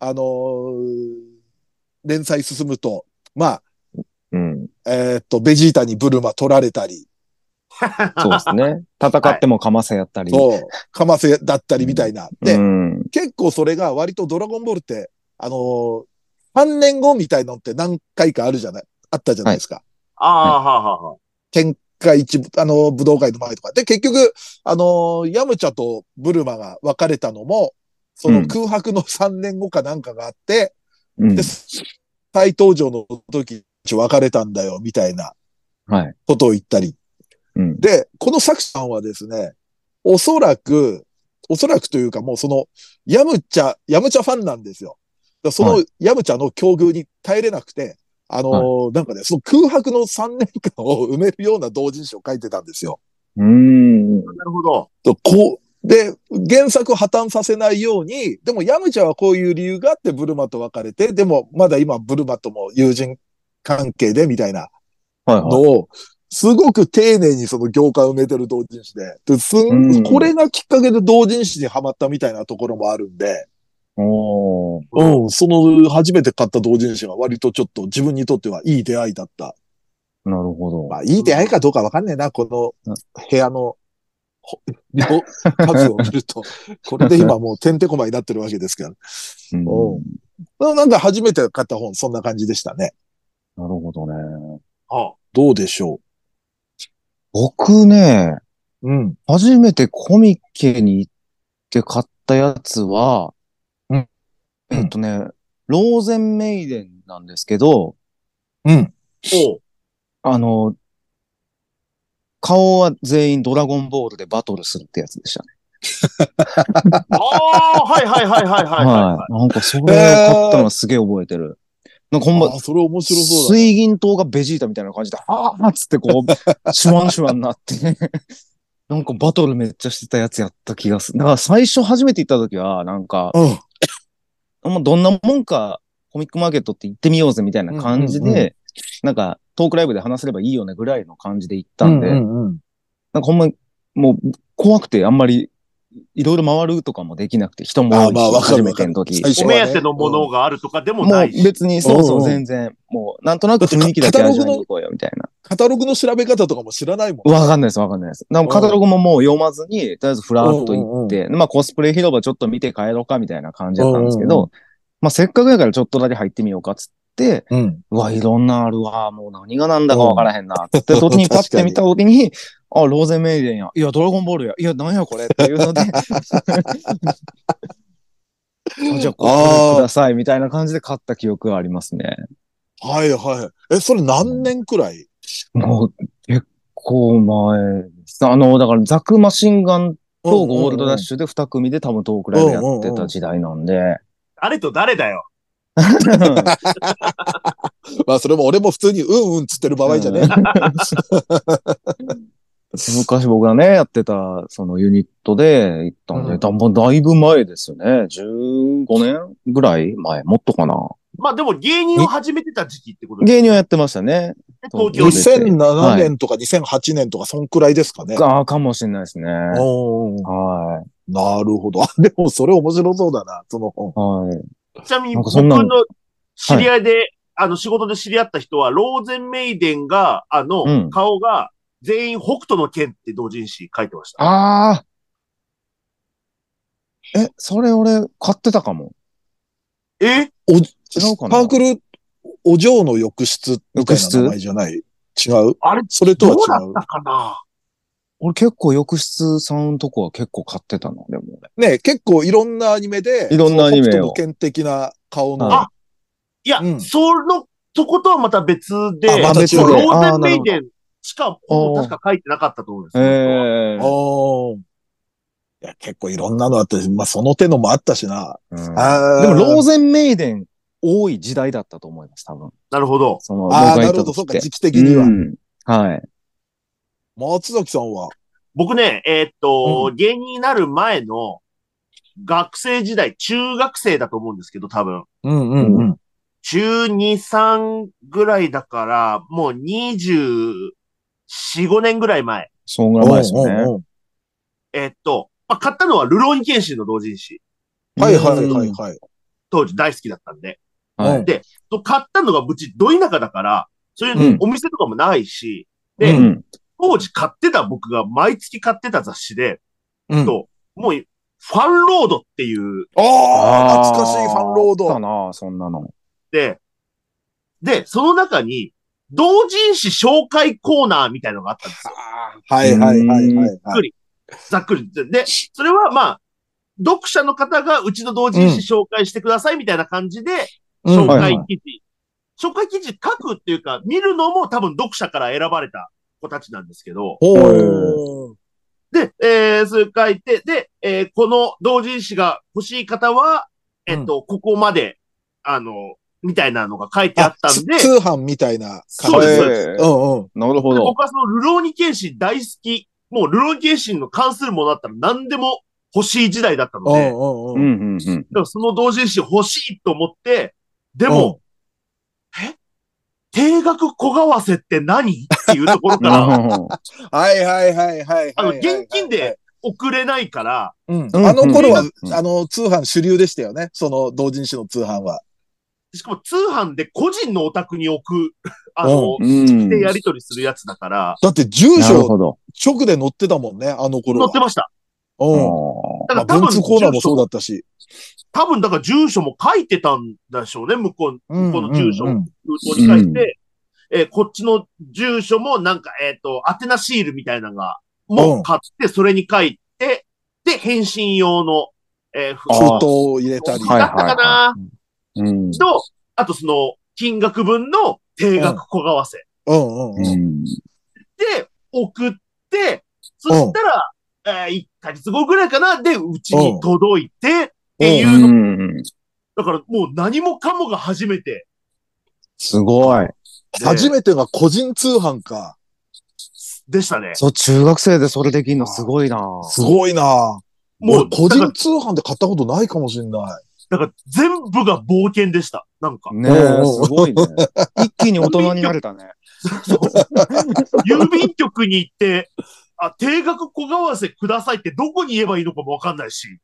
連載進むと、まあ、 うん。 ベジータにブルマ取られたり、 そうですね。戦ってもかませやったり。 そう、かませだったりみたいな。で、 うん。 結構それが割とドラゴンボールって、3年後みたいのって何回かあるじゃない、あったじゃないですか。 ああ、はあ、はあ、はあ。 喧嘩一部、武道会の前とか。で、結局、ヤムチャとブルマが別れたのも、その空白の3年後かなんかがあって、 うんで、再登場の時、別れたんだよ、みたいなはい。 ことを言ったり。 うん。 で、この作者さんはですね、おそらくというかもうその、ヤムチャファンなんですよ。そのヤムチャの境遇に耐えれなくて、なんかね、その空白の3年間を埋めるような同人誌を書いてたんですよ。 なるほど。 で、原作を破綻させないように、でもヤムチャはこういう理由があってブルマと別れて、でもまだ今ブルマとも友人関係でみたいなのを、すごく丁寧にその行間を埋めてる同人誌で、これがきっかけで同人誌にはまったみたいなところもあるんで、その初めて買った同人誌が割とちょっと自分にとってはいい出会いだった。 なるほど。 まあ、いい出会いかどうかわかんねえな、この部屋の数を見ると。これで今もうてんてこまになってるわけですから。なんか初めて買った本、そんな感じでしたね。 なるほどね。 どうでしょう。 僕ね、 うん。 初めてコミケに行って買ったやつは、ローゼンメイデンなんですけど、 うん。 顔は全員ドラゴンボールでバトルするってやつでしたね。 ああ、はいはいはいはいはい。 はい。なんかそれを買ったのはすげえ覚えてる。なんかほんま、 それ面白そうだ。 水銀刀がベジータみたいな感じで、はーっつってこう、シュワンシュワンになってなんかバトルめっちゃしてたやつやった気がする。だから最初初めて行った時は、なんか、もうどんなもんかコミックマーケットって行ってみようぜみたいな感じで、なんかトークライブで話せればいいよねぐらいの感じで行ったんで、なんかほんま、もう怖くてあんまりいろいろ回るとかもできなくて、人も多いし、初めての時。 お目当てのものがあるとかでもないし。 もう別に、そう全然、もうなんとなく雰囲気だけ味わいに行こうよみたいな。 カタログの調べ方とかも知らないもん。 わかんないです。なんかカタログももう読まずに、とりあえずフラッと行って、まあコスプレ広場ちょっと見て帰ろうかみたいな感じだったんですけど、まあせっかくやからちょっとだけ入ってみようかっつって、うわ、いろんなあるわ、もう何がなんだかわからへんな、って時にパッて見た時に、あ、ローゼンメイデンや。いや、ドラゴンボールや。いや、なんやこれっていうのでじゃあ、これください、みたいな感じで買った記憶がありますね。 はいはい。それ何年くらい？ もう、結構前です。だからザクマシンガンとゴールドダッシュで2組で多分トークライブやってた時代なんで。 誰と誰だよ。 まあ、それも俺も普通につってる場合じゃねえ。 昔僕がね、やってた、そのユニットで行ったんで、だいぶ前ですよね。15年ぐらい前、もっとかな。 まあでも芸人を始めてた時期ってことですね。芸人をやってましたね。 東京2007年とか2008年とか、そんくらいですかね。 かもしれないですね。はい。 なるほど。でも、それ面白そうだな、その本。 はい。 ちなみに僕の知り合いで、仕事で知り合った人は、ローゼンメイデンが、顔が、全員北斗の剣って同人誌書いてました。 ああ。それ俺買ってたかも。 違うかな？パークルお嬢の浴室みたいな名前じゃない？違う？ あれそれとは違う。 どうだったかな？ 俺結構浴室さんとこは結構買ってたの、でもね。結構いろんなアニメで、 いろんなアニメを。 北斗の剣的な顔の。 いや、そことはまた別で、 また別で。 ローゼンメイデンしか、確か書いてなかったと思うんですよ。 いや、結構いろんなのあったし、まあその手のもあったしな。 でもローゼンメイデン多い時代だったと思います、多分。 なるほど。 なるほど、そうか、時期的には。 はい。 松崎さんは？ 僕ね、芸人になる前の学生時代、中学生だと思うんですけど、多分。中2、3ぐらいだから、もう24、5年ぐらい前。 そんぐらい前ですよね。 まあ、買ったのはルローニケンシンの同人誌。 はいはいはいはい。 当時大好きだったんで。 はい。 で、買ったのがうちど田舎だから、そういうお店とかもないし、で、当時買ってた僕が毎月買ってた雑誌で、もう、ファンロードっていう。 ああ、懐かしいファンロード。 あったな、そんなの。 で、その中に、同人誌紹介コーナーみたいなのがあったんですよ。 はいはいはいはい。 ざっくり。で、それはまあ、読者の方がうちの同人誌紹介してくださいみたいな感じで、紹介記事。紹介記事書くっていうか、見るのも多分読者から選ばれた子たちなんですけど。で、それ書いて、で、この同人誌が欲しい方は、ここまで、みたいなのが書いてあったんで。 通販みたいな感じ。 そうです、そうです。 なるほど。 僕はそのルローニケンシン大好き。もうルローニケンシンの関するものだったら何でも欲しい時代だったので。だからその同人誌欲しいと思って、でも、定額小為替って何っていうところから。 はいはいはいはい。 現金で送れないから。 あの頃は、通販主流でしたよね。その同人誌の通販は。 しかも通販で個人のお宅に置く、でやり取りするやつだから。 だって住所、直で載ってたもんね、あの頃は。 載ってました。 だから多分文通コーナーもそうだったし。 多分だから住所も書いてたんでしょうね、向こうの住所を封筒に書いて、こっちの住所もなんか、宛名シールみたいなのが、もう買って、それに書いて、で、返信用の、 封筒を入れたり。 だったかなと、あとその、金額分の定額小為替。で、送って、そしたら、1ヶ月後ぐらいかな、で、うちに届いて、っていうの。だからもう何もかもが初めて。 すごい。 初めてが個人通販か。 でしたね。 そう、中学生でそれできんのすごいな。 すごいな。もう個人通販で買ったことないかもしれない。 だから全部が冒険でした。なんか。 ねえ、すごいね。一気に大人になれたね。 郵便局に行って、定額小為替くださいってどこに言えばいいのかもわかんないし。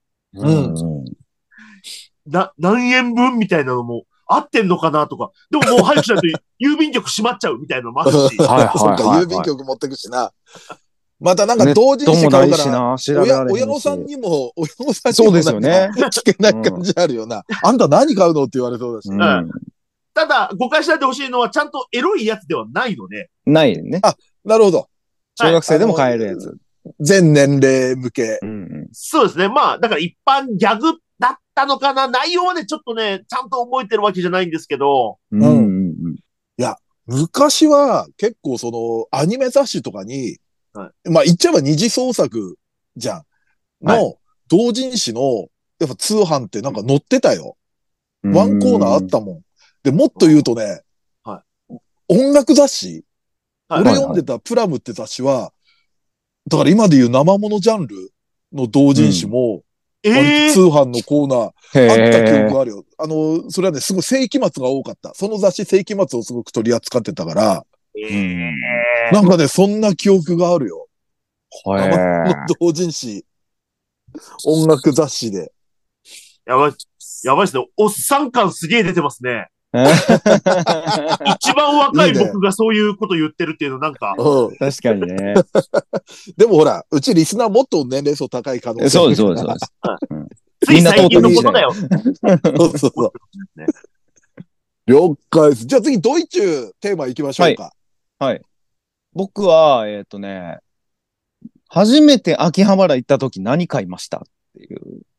何円分みたいなのも合ってんのかなとか。でももう早くしないと郵便局閉まっちゃうみたいなのもあるし。 そうか、郵便局持ってくしな。またなんか同人誌買うから親御さんにもそうですよね。 聞けない感じあるよな。あんた何買うのって言われそうだし。 ただ、誤解しないでほしいのは、ちゃんとエロいやつではないので。 ないね。 なるほど。 小学生でも買えるやつ。 全年齢向け。 そうですね。まあ、だから一般ギャグだったのかな。内容はね、ちょっとね、ちゃんと覚えてるわけじゃないんですけど。 いや、昔は結構その、アニメ雑誌とかに、まあ言っちゃえば二次創作じゃん。の、同人誌の、やっぱ通販ってなんか載ってたよ。ワンコーナーあったもん。で、もっと言うとね、音楽雑誌、俺読んでたプラムって雑誌は、だから今で言う生物ジャンルの同人誌も、通販のコーナーあった記憶があるよ。それはね、すごい世紀末が多かった。その雑誌世紀末をすごく取り扱ってたから、なんかね、そんな記憶があるよ。同人誌、音楽雑誌で。 やばいですね。おっさん感すげえ出てますね。一番若い僕がそういうこと言ってるっていうのなんか。 確かにね。 でもほら、うちリスナーもっと年齢層高い可能性そうです、そうです。 つい最近のことだよ。 そう。了解です。じゃあ次、ドイツテーマ行きましょうか。 はい。僕は、初めて秋葉原行った時何買いましたっていう。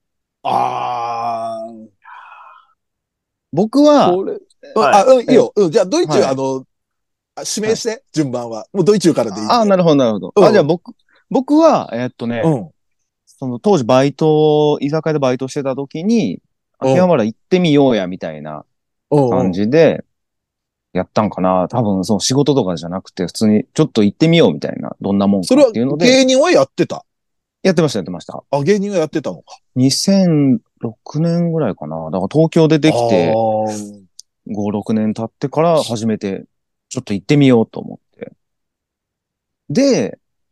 僕は、 いいよ。じゃあ、ドイツ、指名して、順番は。もうドイツからでいい。 なるほど、なるほど。じゃあ僕は、その当時居酒屋でバイトしてた時に、秋葉原行ってみようや、みたいな感じで、やったんかな。多分、その仕事とかじゃなくて、普通にちょっと行ってみようみたいな、どんなもんかっていうので。 それは芸人はやってた？ やってました、やってました。 芸人はやってたのか。 2006年ぐらいかな。だから東京でできて、5、6年経ってから初めて、ちょっと行ってみようと思って。で、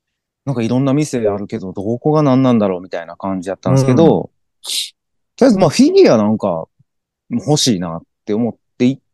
なんかいろんな店あるけど、どこが何なんだろうみたいな感じやったんですけど、とりあえずまあフィギュアなんか欲しいなって思って行って、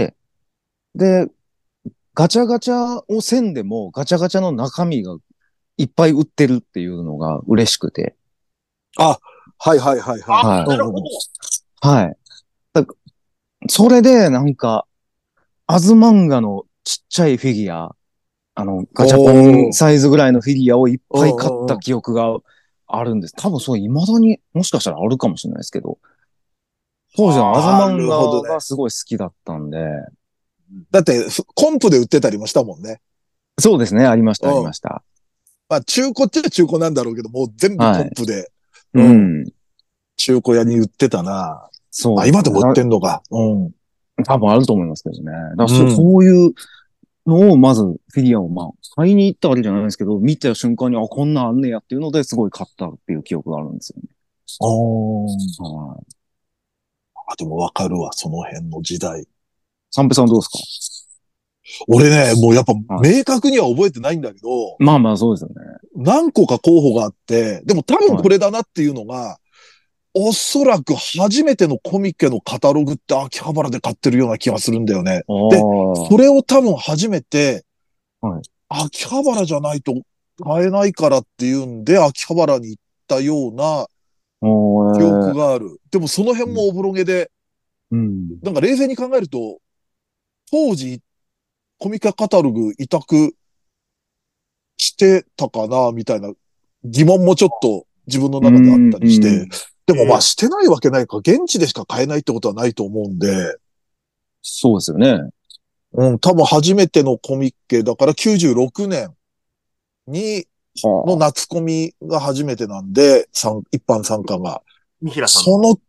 で、ガチャガチャをせんでも、ガチャガチャの中身がいっぱい売ってるっていうのが嬉しくて。 あ、はいはいはいあ、 はい。 なるほど。 はい。それで、なんか、アズマンガのちっちゃいフィギュア、ガチャポンサイズぐらいのフィギュアをいっぱい買った記憶があるんです。多分そう、未だにもしかしたらあるかもしれないですけど、当時のアズマンガがすごい好きだったんで。 だって、コンプで売ってたりもしたもんね。 そうですね、ありました、ありました。 まあ、中古っちゃ中古なんだろうけど、もう全部コンプで。 うん。 中古屋に売ってたな。 そう。 あ、今でも売ってんのか。 多分あると思いますけどね。そういうのを、まずフィギュアをまあ、買いに行ったわけじゃないですけど、見た瞬間に、あ、こんなんあんねやっていうのですごい買ったっていう記憶があるんですよね。はい。 あ、でもわかるわ、その辺の時代。 三平さんどうですか？ 俺ね、もうやっぱ明確には覚えてないんだけど、 まあまあそうですよね。 何個か候補があって、でも多分これだなっていうのが、おそらく初めてのコミケのカタログって秋葉原で買ってるような気がするんだよね。で、それを多分初めて、秋葉原じゃないと買えないからっていうんで、秋葉原に行ったような記憶がある。でもその辺もおぼろげで、なんか冷静に考えると、当時、コミケカタログ委託してたかな、みたいな疑問もちょっと自分の中であったりして、でもまあしてないわけないか、現地でしか買えないってことはないと思うんで。 そうですよね。 多分初めてのコミケだから96年に、の夏コミが初めてなんで、一般参加が。 三平さん。 その、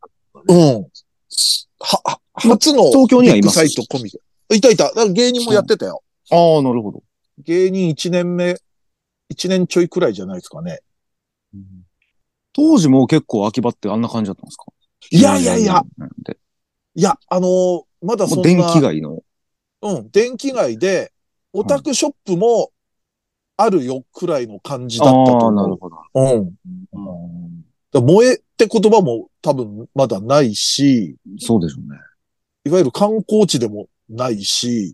初の東京にはいます。 ビッグサイトコミケ。いた。だから芸人もやってたよ。 ああ、なるほど。 芸人1年目、1年ちょいくらいじゃないですかね。 当時も結構秋葉ってあんな感じだったんですか？ いや。いや、まだそんな。 電気街の。 電気街で、オタクショップもあるよくらいの感じだったと思う。 なるほど。 萌えって言葉も多分まだないし、 そうでしょうね。 いわゆる観光地でもないし、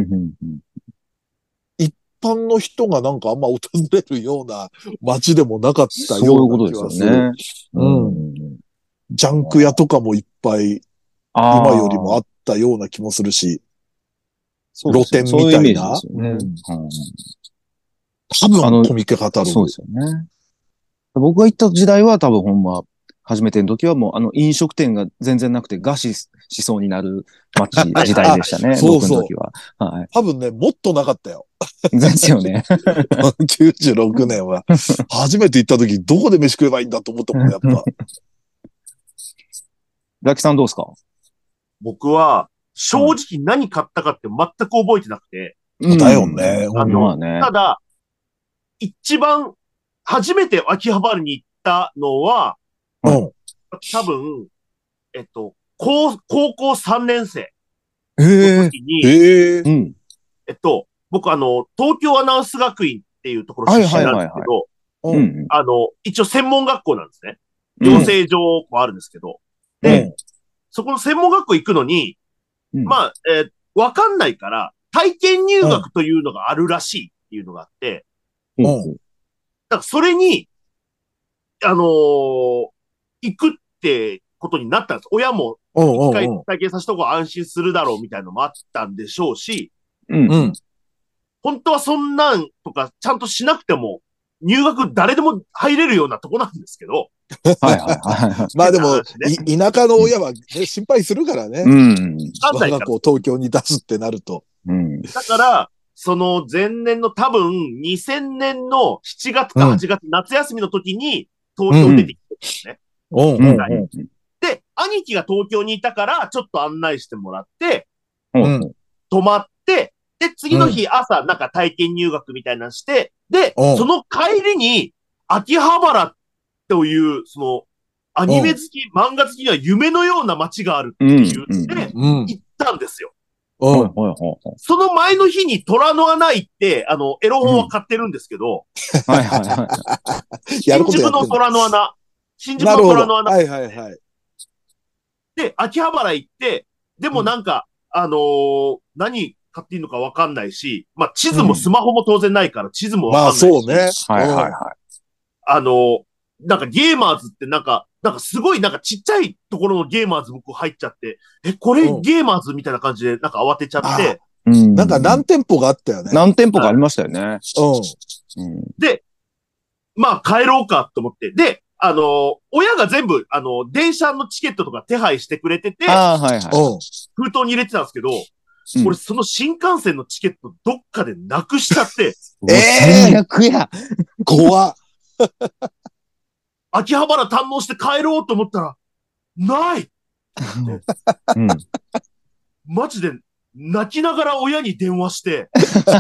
一般の人がなんかあんま訪れるような街でもなかったような気がする。ジャンク屋とかもいっぱい今よりもあったような気もするし、露店みたいな。多分コミケカタログ。 そうですよね。僕が行った時代は多分ほんま、初めての時はもう飲食店が全然なくて餓死しそうになる時代でしたね。 そうそう。 僕の時は。はい。 多分ね、もっとなかったよ。 ですよね。 96年は。初めて行った時、どこで飯食えばいいんだと思ったもん、やっぱ。 ザキさんどうですか？ 僕は、正直何買ったかって全く覚えてなくて。 だよね。 ただ、一番、初めて秋葉原に行ったのは、多分、高校3年生の時に、僕東京アナウンス学院っていうところ出身なんですけど、一応専門学校なんですね。養成所もあるんですけど。で、そこの専門学校行くのに、まあ、わかんないから、体験入学というのがあるらしいっていうのがあって、だからそれに、行くってことになったんです。親も一回体験させた方が安心するだろうみたいなのもあったんでしょうし、本当はそんなんとかちゃんとしなくても入学誰でも入れるようなとこなんですけど。 まあでも、田舎の親は、ね、心配するからね。我が子を東京に出すってなると。 だから、その前年の多分2000年の7月か8月、夏休みの時に東京出てきてるんですね。で、兄貴が東京にいたからちょっと案内してもらって、泊まって、で、次の日朝なんか体験入学みたいなのして、で、その帰りに秋葉原という、その、アニメ好き、漫画好きには夢のような街があるっていうんで、行ったんですよ。 うん。 はいはいはいその前の日に虎の穴行って、エロ本は買ってるんですけど、 はいはいはい。 やる新宿のことやってんだ。 虎の穴。新宿のなるほど。 虎の穴はいはいはい。 で、秋葉原行って、でもなんか、何買っていいのかわかんないし、まあ、地図もスマホも当然ないから地図もわまあかんないし、 そうね。 はいはいはあのーなんかゲーマーズってなんかすごいなんかちっちゃいところのゲーマーズ僕入っちゃって、これうんゲーマーズみたいな感じでなんか慌てちゃっあて、 い。うんなんか何店舗があったよね。 何店舗かありましたよね。 うん。 で、まあ帰ろうかと思って、で、親が全部、電車のチケットとか手配してくれてて、 ああ、はいはい。 うん。 封筒に入れてたんですけど、 うん俺その新幹線のチケットどっかでなくしちゃって、 最悪や。 怖っ。 秋葉原堪能して帰ろうと思ったら、ないうん。 マジで泣きながら親に電話して、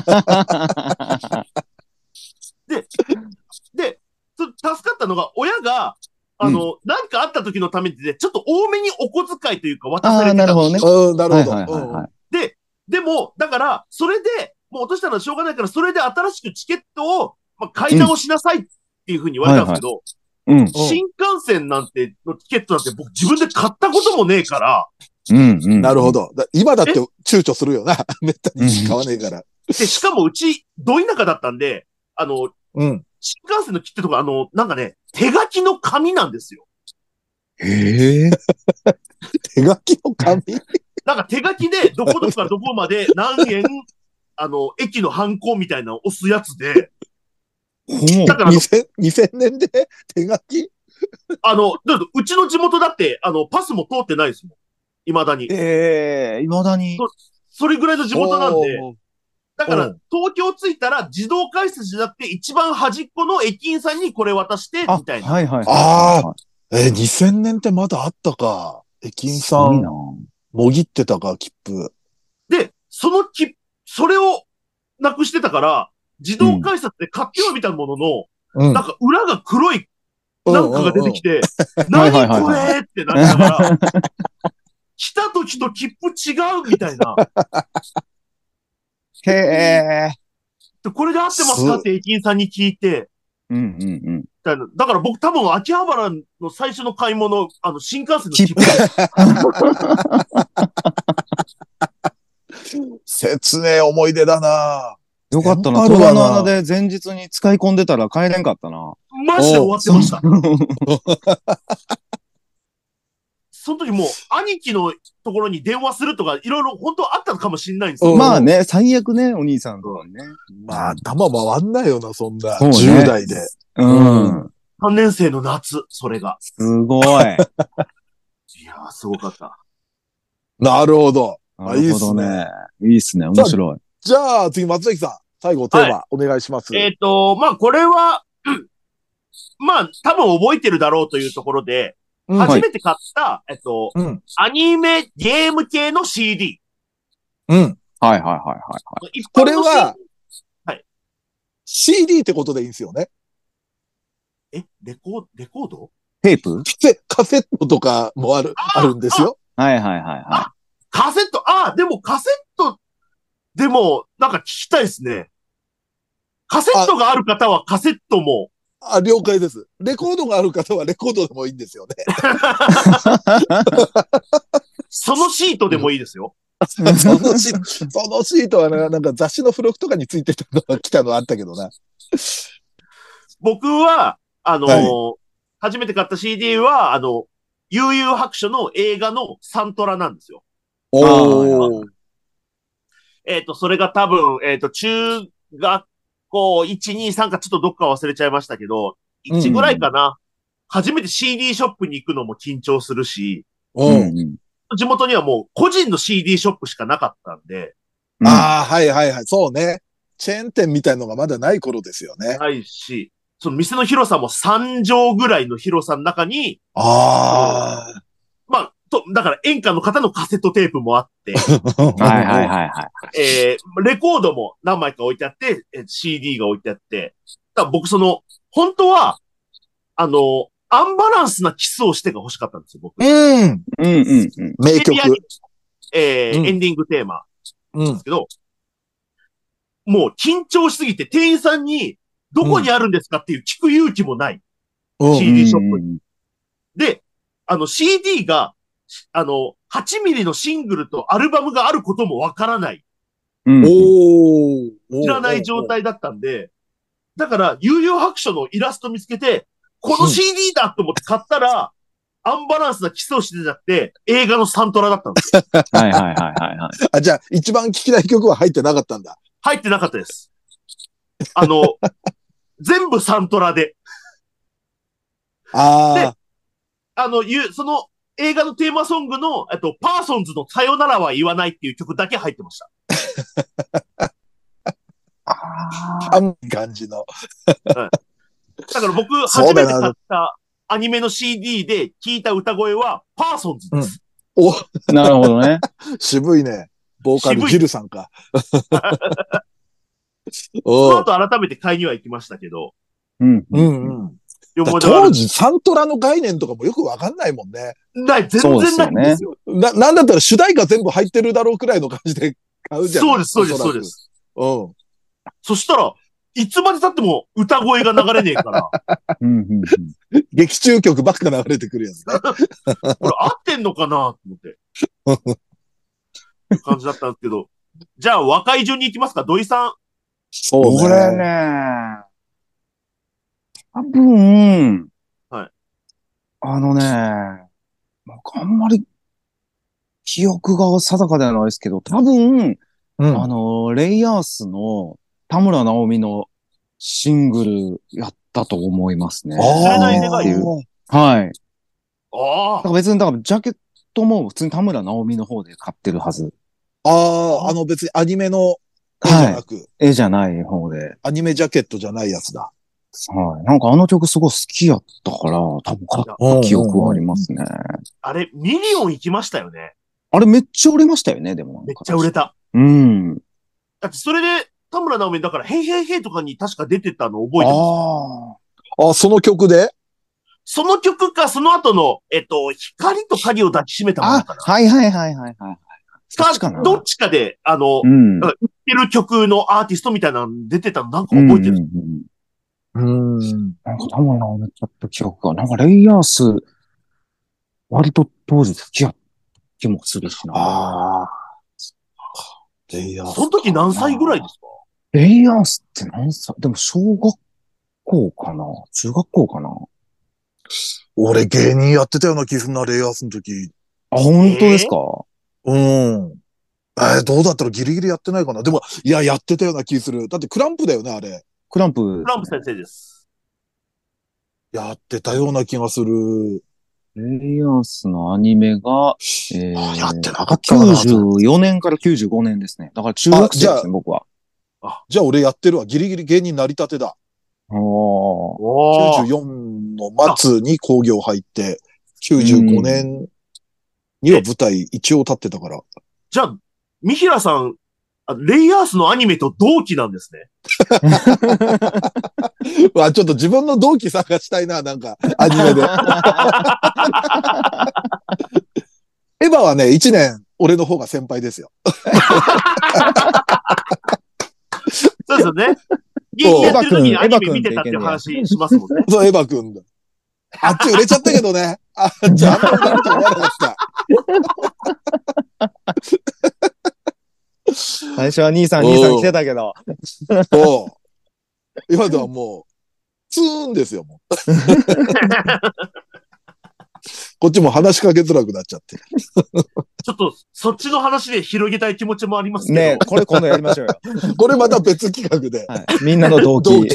で、助かったのが、親が、なんかあった時のためにね、ちょっと多めにお小遣いというか渡さああ、 れてたなるほどね。 うん、なるほど。 はいはいはいはい。 で、でも、だから、それで、もう落としたのはしょうがないから、それで新しくチケットを、まあ、買い直しなさいっていうふうに言われたんですけど、 うん。 新幹線なんて、のチケットなんて僕自分で買ったこともねえから、 うんうん。 なるほど。今だって躊躇するよな。めったに買わねえから。 で、しかもうち、ど田舎だったんで、 うん。 新幹線の切手とか、なんかね、手書きの紙なんですよ。 へえ。 手書きの紙なんか手書きで、どこどこからどこまで何円、駅のハンコみたいなのを押すやつで、だから 2000年で手書きだってうちの地元だって、パスも通ってないですもん。未だに。 未だに。 それぐらいの地元なんで、 おーだからうん、 東京着いたら自動改札じゃなくて、一番端っこの駅員さんにこれ渡して、みたいな。 はいはいはい。 あ2000年ってまだあったか。駅員さん、 すごいな。 もぎってたか、切符。 で、それをなくしてたから、自動改札で買ってはみたものの、 うん。 なんか裏が黒いなんかが出てきて、 はいはい何はいはいこれってなりながら、来た時と切符違うみたいな。 へえ。 でこれで合ってますかって駅員さんに聞いて、 うんうんうん。 みたいなだから僕多分秋葉原の最初の買い物、新幹線の切符。 切ねえ思い出だな。 よかったな。 テンパるわな虎の穴で前日に使い込んでたら帰れんかったな。 マジで終わってました。その時もう兄貴のところに電話するとかいろいろ本当はあったのかもしれないんですよ。 うんまあね、最悪ね、お兄さんとかにね。 まあ、頭回んないよな、そんな。 そうね 10代で。 うん。 3年生の夏、それが。 すごい。 いやー、すごかった。 なるほど。 なるほどね。いいっすね。面白い。 じゃあ、次、松崎さん。最後、テーマ、お願いします。 まあこれは、まあ多分覚えてるだろうというところで、 うん初めて買った、 うん。 アニメ、ゲーム系の CD。 うん。 はいはいはいはい。 一こ般の CD れは、 はい。 CD ってことでいいんですよね。 レコードテープカセットとかもあるんですよ。 はいはいはいはカセット、でもカセット、でも、なんか聞きたいですね。カセットがある方はカセットも、 了解です。レコードがある方はレコードでもいいんですよね。 そのシートでもいいですよ。 そのシートはね、なんか雑誌の付録とかについてたのが来たのあったけどな。 僕は、 は初めて買った CD は、悠々白書の映画のサントラなんですよ。 おー。 それが多分、中学校1、2、3かちょっとどっか忘れちゃいましたけど、1ぐらいかな。初めて CD ショップに行くのも緊張するし、 い。 うん。 地元にはもう個人の CD ショップしかなかったんで、 はいはいはい。そうね。チェーン店みたいのがまだない頃ですよね。 ないし、その店の広さも3畳ぐらいの広さの中に、 あまあ、だから演歌の方のカセットテープもあって、 あ。 はいはいはいはい。 レコードも何枚か置いてあって、CD が置いてあって、だから僕本当は、アンバランスなキスをしてが欲しかったんですよ、僕。 うん。 うんうんうん。 名曲。 エンディングテーマ。 んですけど、もう緊張しすぎて店員さんにどこにあるんですかっていう聞く勇気もない。CD ショップに。で、CD が、8ミリのシングルとアルバムがあることもわからない。知らない状態だったんで、だから、有料白書のイラスト見つけて、この CD だと思って買ったら、アンバランスなキスをしてたって、映画のサントラだったんですよ。 はいはいはいはいはい。 あ、じゃあ、一番聞きたい曲は入ってなかったんだ。 入ってなかったです。全部サントラで。 ああ。で、その映画のテーマソングの、パーソンズのさよならは言わないっていう曲だけ入ってました。 あん感じの。 はい、だから僕、初めて買ったアニメの CD で聞いた歌声は、パーソンズです。 おなるほどね。 渋いね。ボーカルジルさんか。 その後改めて買いには行きましたけど。 当時サントラの概念とかもよくわかんないもんね。 全然ないんですよ。 なんだったら主題歌全部入ってるだろうくらいの感じで買うじゃん。 そうです。そしたら、いつまで経っても歌声が流れねえから。 劇中曲ばっか流れてくるやつね。 これ合ってんのかなと思って。いう感じだったんですけど。じゃあ、若い順に行きますか、土井さん。 そうね。これね。多分、 はい。 あんまり記憶が定かではないですけど、多分、レイヤースの田村直美のシングルやったと思いますね。 知れない願い。 はい。 ああ。別に、だからジャケットも普通に田村直美の方で買ってるはず。 別にアニメの絵じゃなく。 絵じゃない方で。 アニメジャケットじゃないやつだ。 はい。なんかあの曲すごい好きやったから、多分買った記憶はありますね。 あれ、ミリオン行きましたよね。 あれめっちゃ売れましたよね、でも。 めっちゃ売れた。だってそれで、田村直美だから、ヘイヘイヘイとかに確か出てたの覚えてます。 その曲でその曲か、その後の、光と影を抱きしめたものかな。 はいはいはいはいはい。 どっちかで、売ってる曲のアーティストみたいなの出てたのなんか覚えてる。 なんか田村直美ちょっと記憶が、なんかレイヤース、割と当時好きや気もするしな。 レイヤース。 その時何歳ぐらいですか？ レイヤースって何歳？でも小学校かな？中学校かな？ 俺芸人やってたような気すんな、レイヤースの時。 本当ですか？ どうだったらギリギリやってないかな。でも、いや、やってたような気する。だってクランプだよね、あれ。 クランプ先生ですです。 やってたような気がする。 レイヤースのアニメが、 やってなかったかな。 94年から95年ですね。だから中学生ですね、僕は。 じゃあ俺やってるわ。ギリギリ芸人なりたてだ。94の末に工業入って、95年には舞台一応立ってたから。 じゃあ、三平さん、レイヤースのアニメと同期なんですね。 ちょっと自分の同期探したいな、なんか、アニメで。エヴァはね、1年、俺の方が先輩ですよ。 そうですよね。芸人やってる時にアニメ見てたっていう話しますもんね。 そう、エヴァ君だ。あっち売れちゃったけどね。じゃあ、あんまりなると思わなかった。 最初は兄さん来てたけど。 そう。今ではもう、ツーンですよ、もう。こっちも話しかけづらくなっちゃって。 ちょっと、そっちの話で広げたい気持ちもありますけど。 ねこれ今度やりましょうよ。 これまた別企画で。 みんなの同期。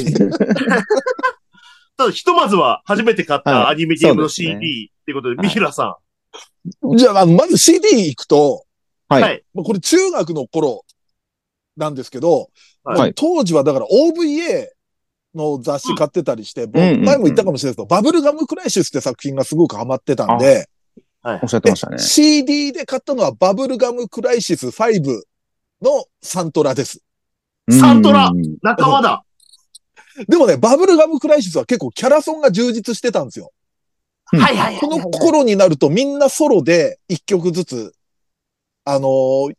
ただ、ひとまずは初めて買ったアニメゲームの CD っていうことで、三平さん。じゃあ、まず CD 行くと、 はい。 これ中学の頃なんですけど、当時はだから OVA の雑誌買ってたりして、前も言ったかもしれないですけど、バブルガムクライシスって作品がすごくハマってたんで、 おっしゃってましたね。 CD で買ったのはバブルガムクライシス5のサントラです。 サントラ仲間だ。 でもね、バブルガムクライシスは結構キャラソンが充実してたんですよ。 はいはい。 この頃になるとみんなソロで一曲ずつ、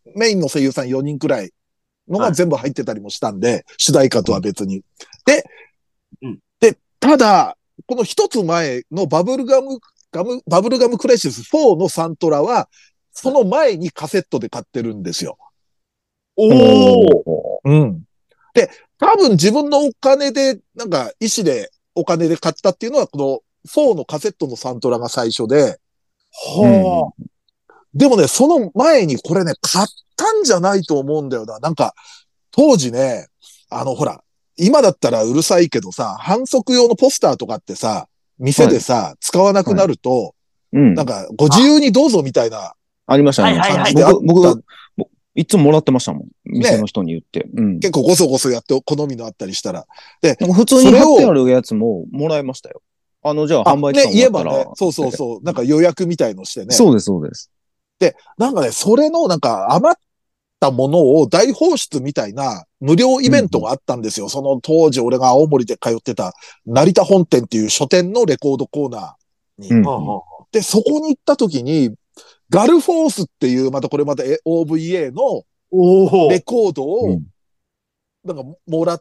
メインの声優さん4人くらいのが全部入ってたりもしたんで、主題歌とは別に。で、ただ、この一つ前のバブルガムクライシス4のサントラは、その前にカセットで買ってるんですよ。 おー。 うん。で、多分自分のお金で、なんか、意思でお金で買ったっていうのは、この4のカセットのサントラが最初で、はあ。でもね、その前にこれね、買ったんじゃないと思うんだよな。なんか、当時ね、ほら、今だったらうるさいけどさ、反則用のポスターとかってさ、店でさ、使わなくなると、なんか、ご自由にどうぞみたいな。 ありましたね。 はい。 僕、いつももらってましたもん。店の人に言って。 結構ゴソゴソやって好みのあったりしたら。で、 普通に貼ってあるやつももらいましたよ。じゃあ販売期間終わったら。 ね、言えばね。そう。なんか予約みたいのしてね。 そうです。 で、なんかね、それのなんか余ったものを大放出みたいな無料イベントがあったんですよ。その当時俺が青森で通ってた成田本店っていう書店のレコードコーナーに。で、そこに行った時に、ガルフォースっていう、また OVA のレコードを、なんかもらって、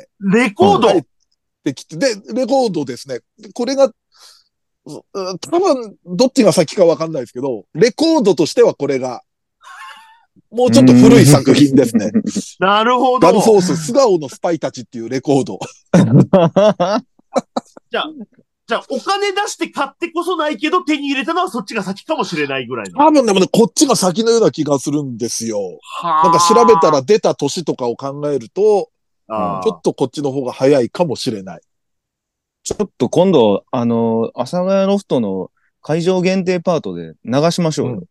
レコードできて、で、レコードですね。これが、多分、どっちが先かわかんないですけど、レコードとしてはこれが、もうちょっと古い作品ですね。 なるほど。 ガルフォース、素顔のスパイたちっていうレコード。 じゃあ、お金出して買ってこそないけど、手に入れたのはそっちが先かもしれないぐらいの。 多分でもね、こっちが先のような気がするんですよ。なんか調べたら出た年とかを考えると、ちょっとこっちの方が早いかもしれない。 ちょっと今度、阿佐ヶ谷ロフトの会場限定パートで流しましょうよ。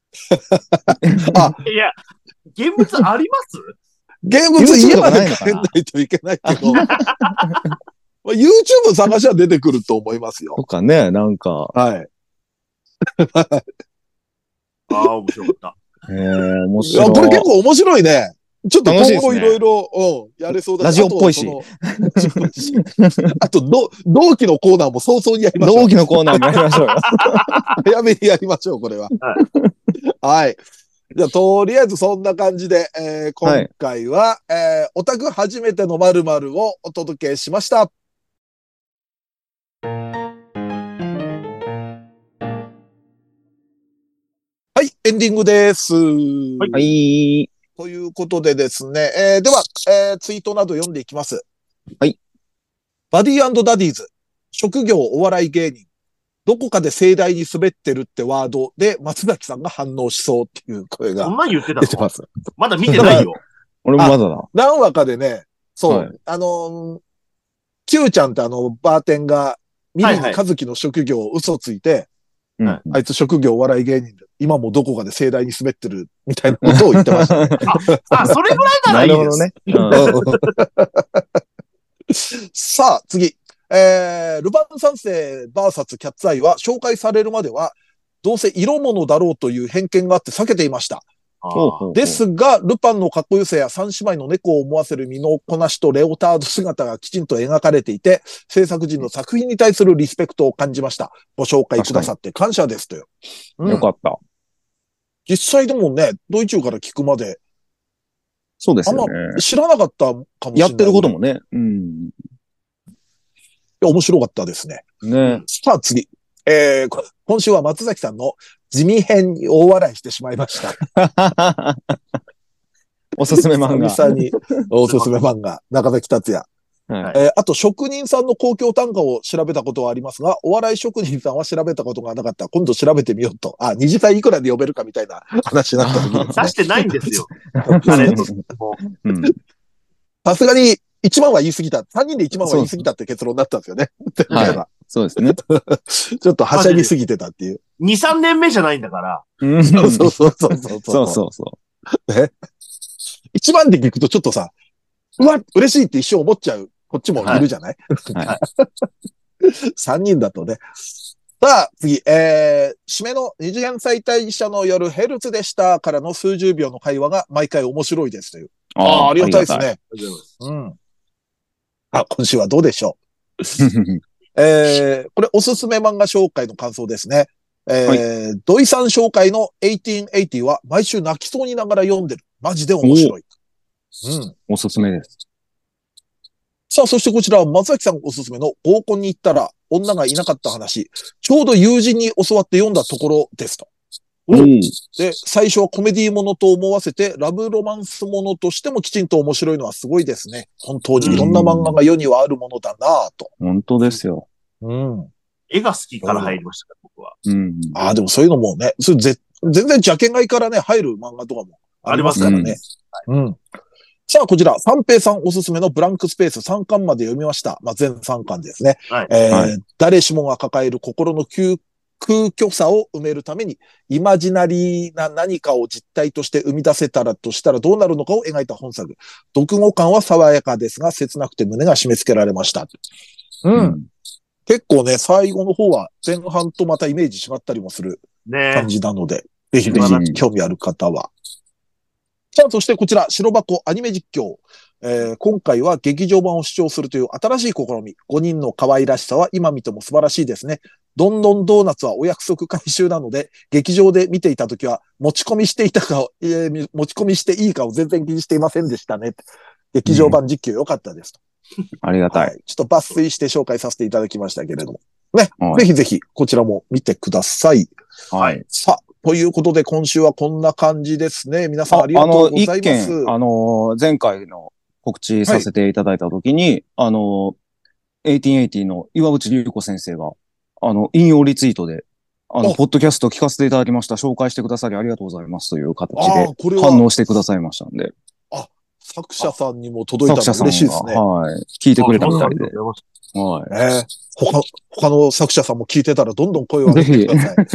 いや、現物あります現物家まで帰んないといけないけど。YouTube 探しは出てくると思いますよ。 とかね、なんか。 はい。 面白かった。 面白い。 これ結構面白いね。ちょっと今後いろいろ、やれそうだし。 ラジオっぽいし。 あと、同期のコーナーも早々にやりましょう。 同期のコーナーもやりましょうよ。 早めにやりましょう、これは。はい。じゃあ、とりあえずそんな感じで、今回は、オタク初めての〇〇をお届けしました。はい、エンディングです。 はい。 ということでですね、では、ツイートなど読んでいきます。 はい。 バディ&ダディーズ、職業お笑い芸人、どこかで盛大に滑ってるってワードで松崎さんが反応しそうっていう声がそんな言ってた出てます。 まだ見てないよ。 俺もまだだ。 何話かでね、そう、Q ちゃんってバーテンが、ミリに和樹の職業を嘘ついて、あいつ職業お笑い芸人で、今もどこかで盛大に滑ってるみたいなことを言ってました、ね。 それぐらいならいいです。 なるほどね。さあ、次。ルパン三世 VS キャッツアイは紹介されるまでは、どうせ色物だろうという偏見があって避けていました。ですが、ルパンのかっこよさや三姉妹の猫を思わせる身のこなしとレオタード姿がきちんと描かれていて、制作陣の作品に対するリスペクトを感じました。ご紹介くださって感謝ですとよ。 よかった。 実際でもね、ドイツから聞くまで、 そうですよね。 あんま知らなかったかもしれない。 やってることもね。 面白かったですね。 ね。 さあ次。今週は松崎さんの地味編に大笑いしてしまいました。 おすすめ漫画。 久々におすすめ漫画、中崎達也。あと、職人さんの公共単価を調べたことはありますが、お笑い職人さんは調べたことがなかった。今度調べてみようと。二次会いくらで呼べるかみたいな話になった時に、ね。 出してないんですよ。 さすがに1万は言い過ぎた。3人で1万は言い過ぎたって結論になったんですよね。 そうですね。 ちょっとはしゃぎすぎてたっていう。 2、3年目じゃないんだから。 そう。 ね。 1万で聞くとちょっとさ、うわ、嬉しいって一生思っちゃう。こっちもいるじゃない、?3 人だとね。さあ、次、締めの二次元再退者の夜ヘルツでしたからの数十秒の会話が毎回面白いですという。ありがたいですね。今週はどうでしょう。これおすすめ漫画紹介の感想ですね。 土井さん紹介の1880は毎週泣きそうにながら読んでる。マジで面白い。 おすすめです。 さあ、そしてこちらは松崎さんおすすめの合コンに行ったら女がいなかった話。ちょうど友人に教わって読んだところですと。で、最初はコメディものと思わせて、ラブロマンスものとしてもきちんと面白いのはすごいですね。本当にいろんな漫画が世にはあるものだなぁと。 本当ですよ。 絵が好きから入りました、僕は。 でもそういうのもね、全然邪険買いからね、入る漫画とかもありますからね。さあ、こちら、三平さんおすすめのブランクスペース3巻まで読みました。全3巻ですね。誰しもが抱える心の空虚さを埋めるために、イマジナリーな何かを実体として生み出せたらとしたらどうなるのかを描いた本作。読後感は爽やかですが、切なくて胸が締め付けられました。結構ね、最後の方は前半とまたイメージ違ったりもする感じなので、ぜひぜひ興味ある方は。さあ、そしてこちら、白箱アニメ実況。今回は劇場版を視聴するという新しい試み。5人の可愛らしさは今見ても素晴らしいですね。どんどんドーナツはお約束回収なので、劇場で見ていたときは持ち込みしていいかを全然気にしていませんでしたね。劇場版実況良かったですと。 ありがたい。 ちょっと抜粋して紹介させていただきましたけれども。ね。ぜひぜひこちらも見てください。さあ、ということで今週はこんな感じですね。皆さんありがとうございます。 一件、前回の告知させていただいたときに、1880の岩内龍子先生が、引用リツイートで、ポッドキャスト聞かせていただきました。紹介してくださりありがとうございますという形で反応してくださいましたんで。 作者さんにも届いたの嬉しいですね。 聞いてくれたみたいで。 他の作者さんも聞いてたらどんどん声を上げてください。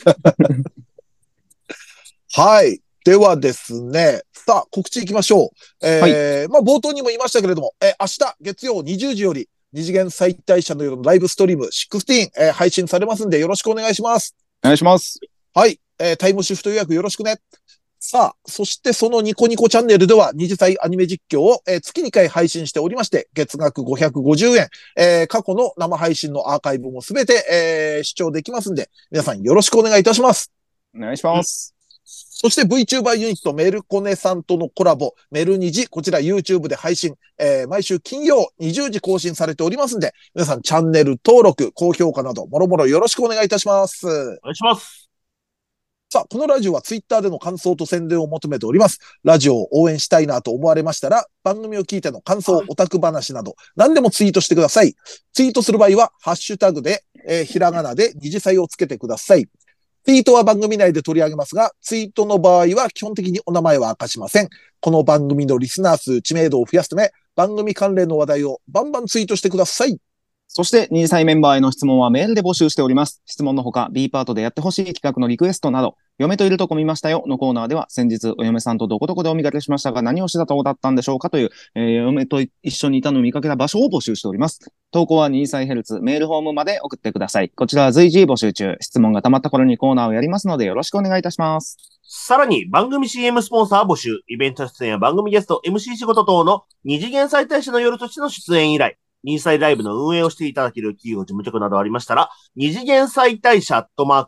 はい。ではですね。さあ、告知行きましょう。冒頭にも言いましたけれども、明日月曜20時より二次元再退社の夜のライブストリーム16、配信されますんでよろしくお願いします。 お願いします。 はい。タイムシフト予約よろしくね。さあ、そしてそのニコニコチャンネルでは二次祭アニメ実況を、月2回配信しておりまして、月額550円、過去の生配信のアーカイブもすべて、視聴できますんで、皆さんよろしくお願いいたします。 お願いします。 そして VTuber ユニットメルコネさんとのコラボ、メルニジ、こちら YouTube で配信、毎週金曜20時更新されておりますんで、皆さんチャンネル登録、高評価など、もろもろよろしくお願いいたします。 お願いします。 さあ、このラジオはツイッターでの感想と宣伝を求めております。ラジオを応援したいなと思われましたら、番組を聞いての感想、オタク話など、何でもツイートしてください。ツイートする場合は、ハッシュタグで、ひらがなで二次祭をつけてください。ツイートは番組内で取り上げますが、ツイートの場合は基本的にお名前は明かしません。この番組のリスナー数、知名度を増やすため、番組関連の話題をバンバンツイートしてください。 そして、二次祭メンバーへの質問はメールで募集しております。質問のほか、B パートでやってほしい企画のリクエストなど、嫁といるとこ見ましたよのコーナーでは、先日お嫁さんとどこどこでお見かけしましたが、何をしてたとこだったんでしょうかという、嫁と一緒にいたのを見かけた場所を募集しております。投稿は二次祭ヘルツメールフォームまで送ってください。こちらは随時募集中。質問が溜まった頃にコーナーをやりますので、よろしくお願いいたします。 さらに、番組 CM スポンサー募集、イベント出演や番組ゲスト、MC 仕事等の二次元再大社の夜としての出演依頼、二次祭ライブの運営をしていただける企業事務局などありましたら、二次元再大社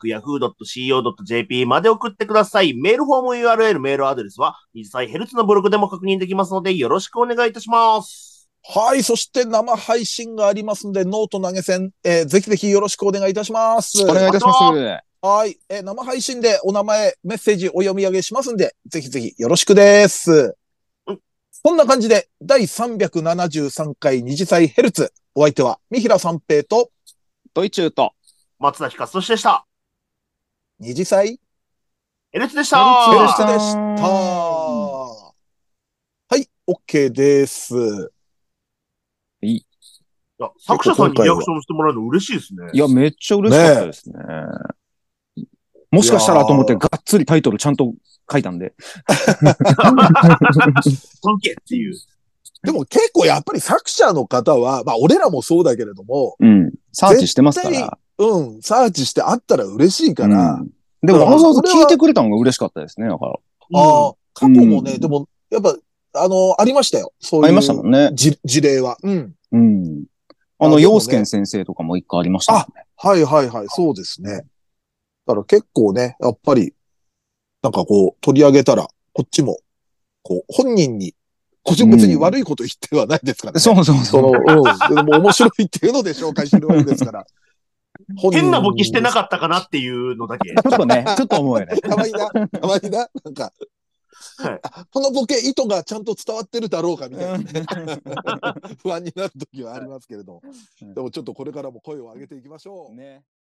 @yahoo.co.jp まで送ってください。メールフォーム URL、メールアドレスは、二次祭ヘルツのブログでも確認できますので、よろしくお願いいたします。 はい。そして生配信がありますので、ノート投げ銭、ぜひぜひよろしくお願いいたします。 お願いいたします。 はい。生配信でお名前、メッセージお読み上げしますんで、ぜひぜひよろしくです。こんな感じで、第373回二次祭ヘルツ。お相手は、三平三平と、 ドイチューと、 松田ひかつとしでした。 二次祭ヘルツでした。 ヘルツでした。はい、OK です。 いや、作者さんにリアクションしてもらえるの嬉しいですね。 いや、めっちゃ嬉しかったですね。もしかしたらと思ってがっつりタイトルちゃんと書いたんで。 本家っていう。 でも結構やっぱり作者の方は、まあ俺らもそうだけれども、 サーチしてますから。 サーチしてあったら嬉しいから。 でもわざわざ聞いてくれたのが嬉しかったですね、だから。 過去もね、でも、やっぱ、ありましたよ。そういう。 ありましたもんね。 事例は。 陽介先生とかも一回ありましたもんね。 はいはいはい、そうですね。 だから結構ね、やっぱり、なんかこう、取り上げたら、こっちも、こう、本人に、別に悪いこと言ってはないですからね。 そうそうそう。 でも面白いっていうので紹介してるわけですから。 変なボケしてなかったかなっていうのだけ。 ちょっとね、ちょっと思うよね。 たまにな、なんか、 はい、 このボケ意図がちゃんと伝わってるだろうかみたいな、ね、不安になる時はありますけれど、でもちょっとこれからも声を上げていきましょう。 ね。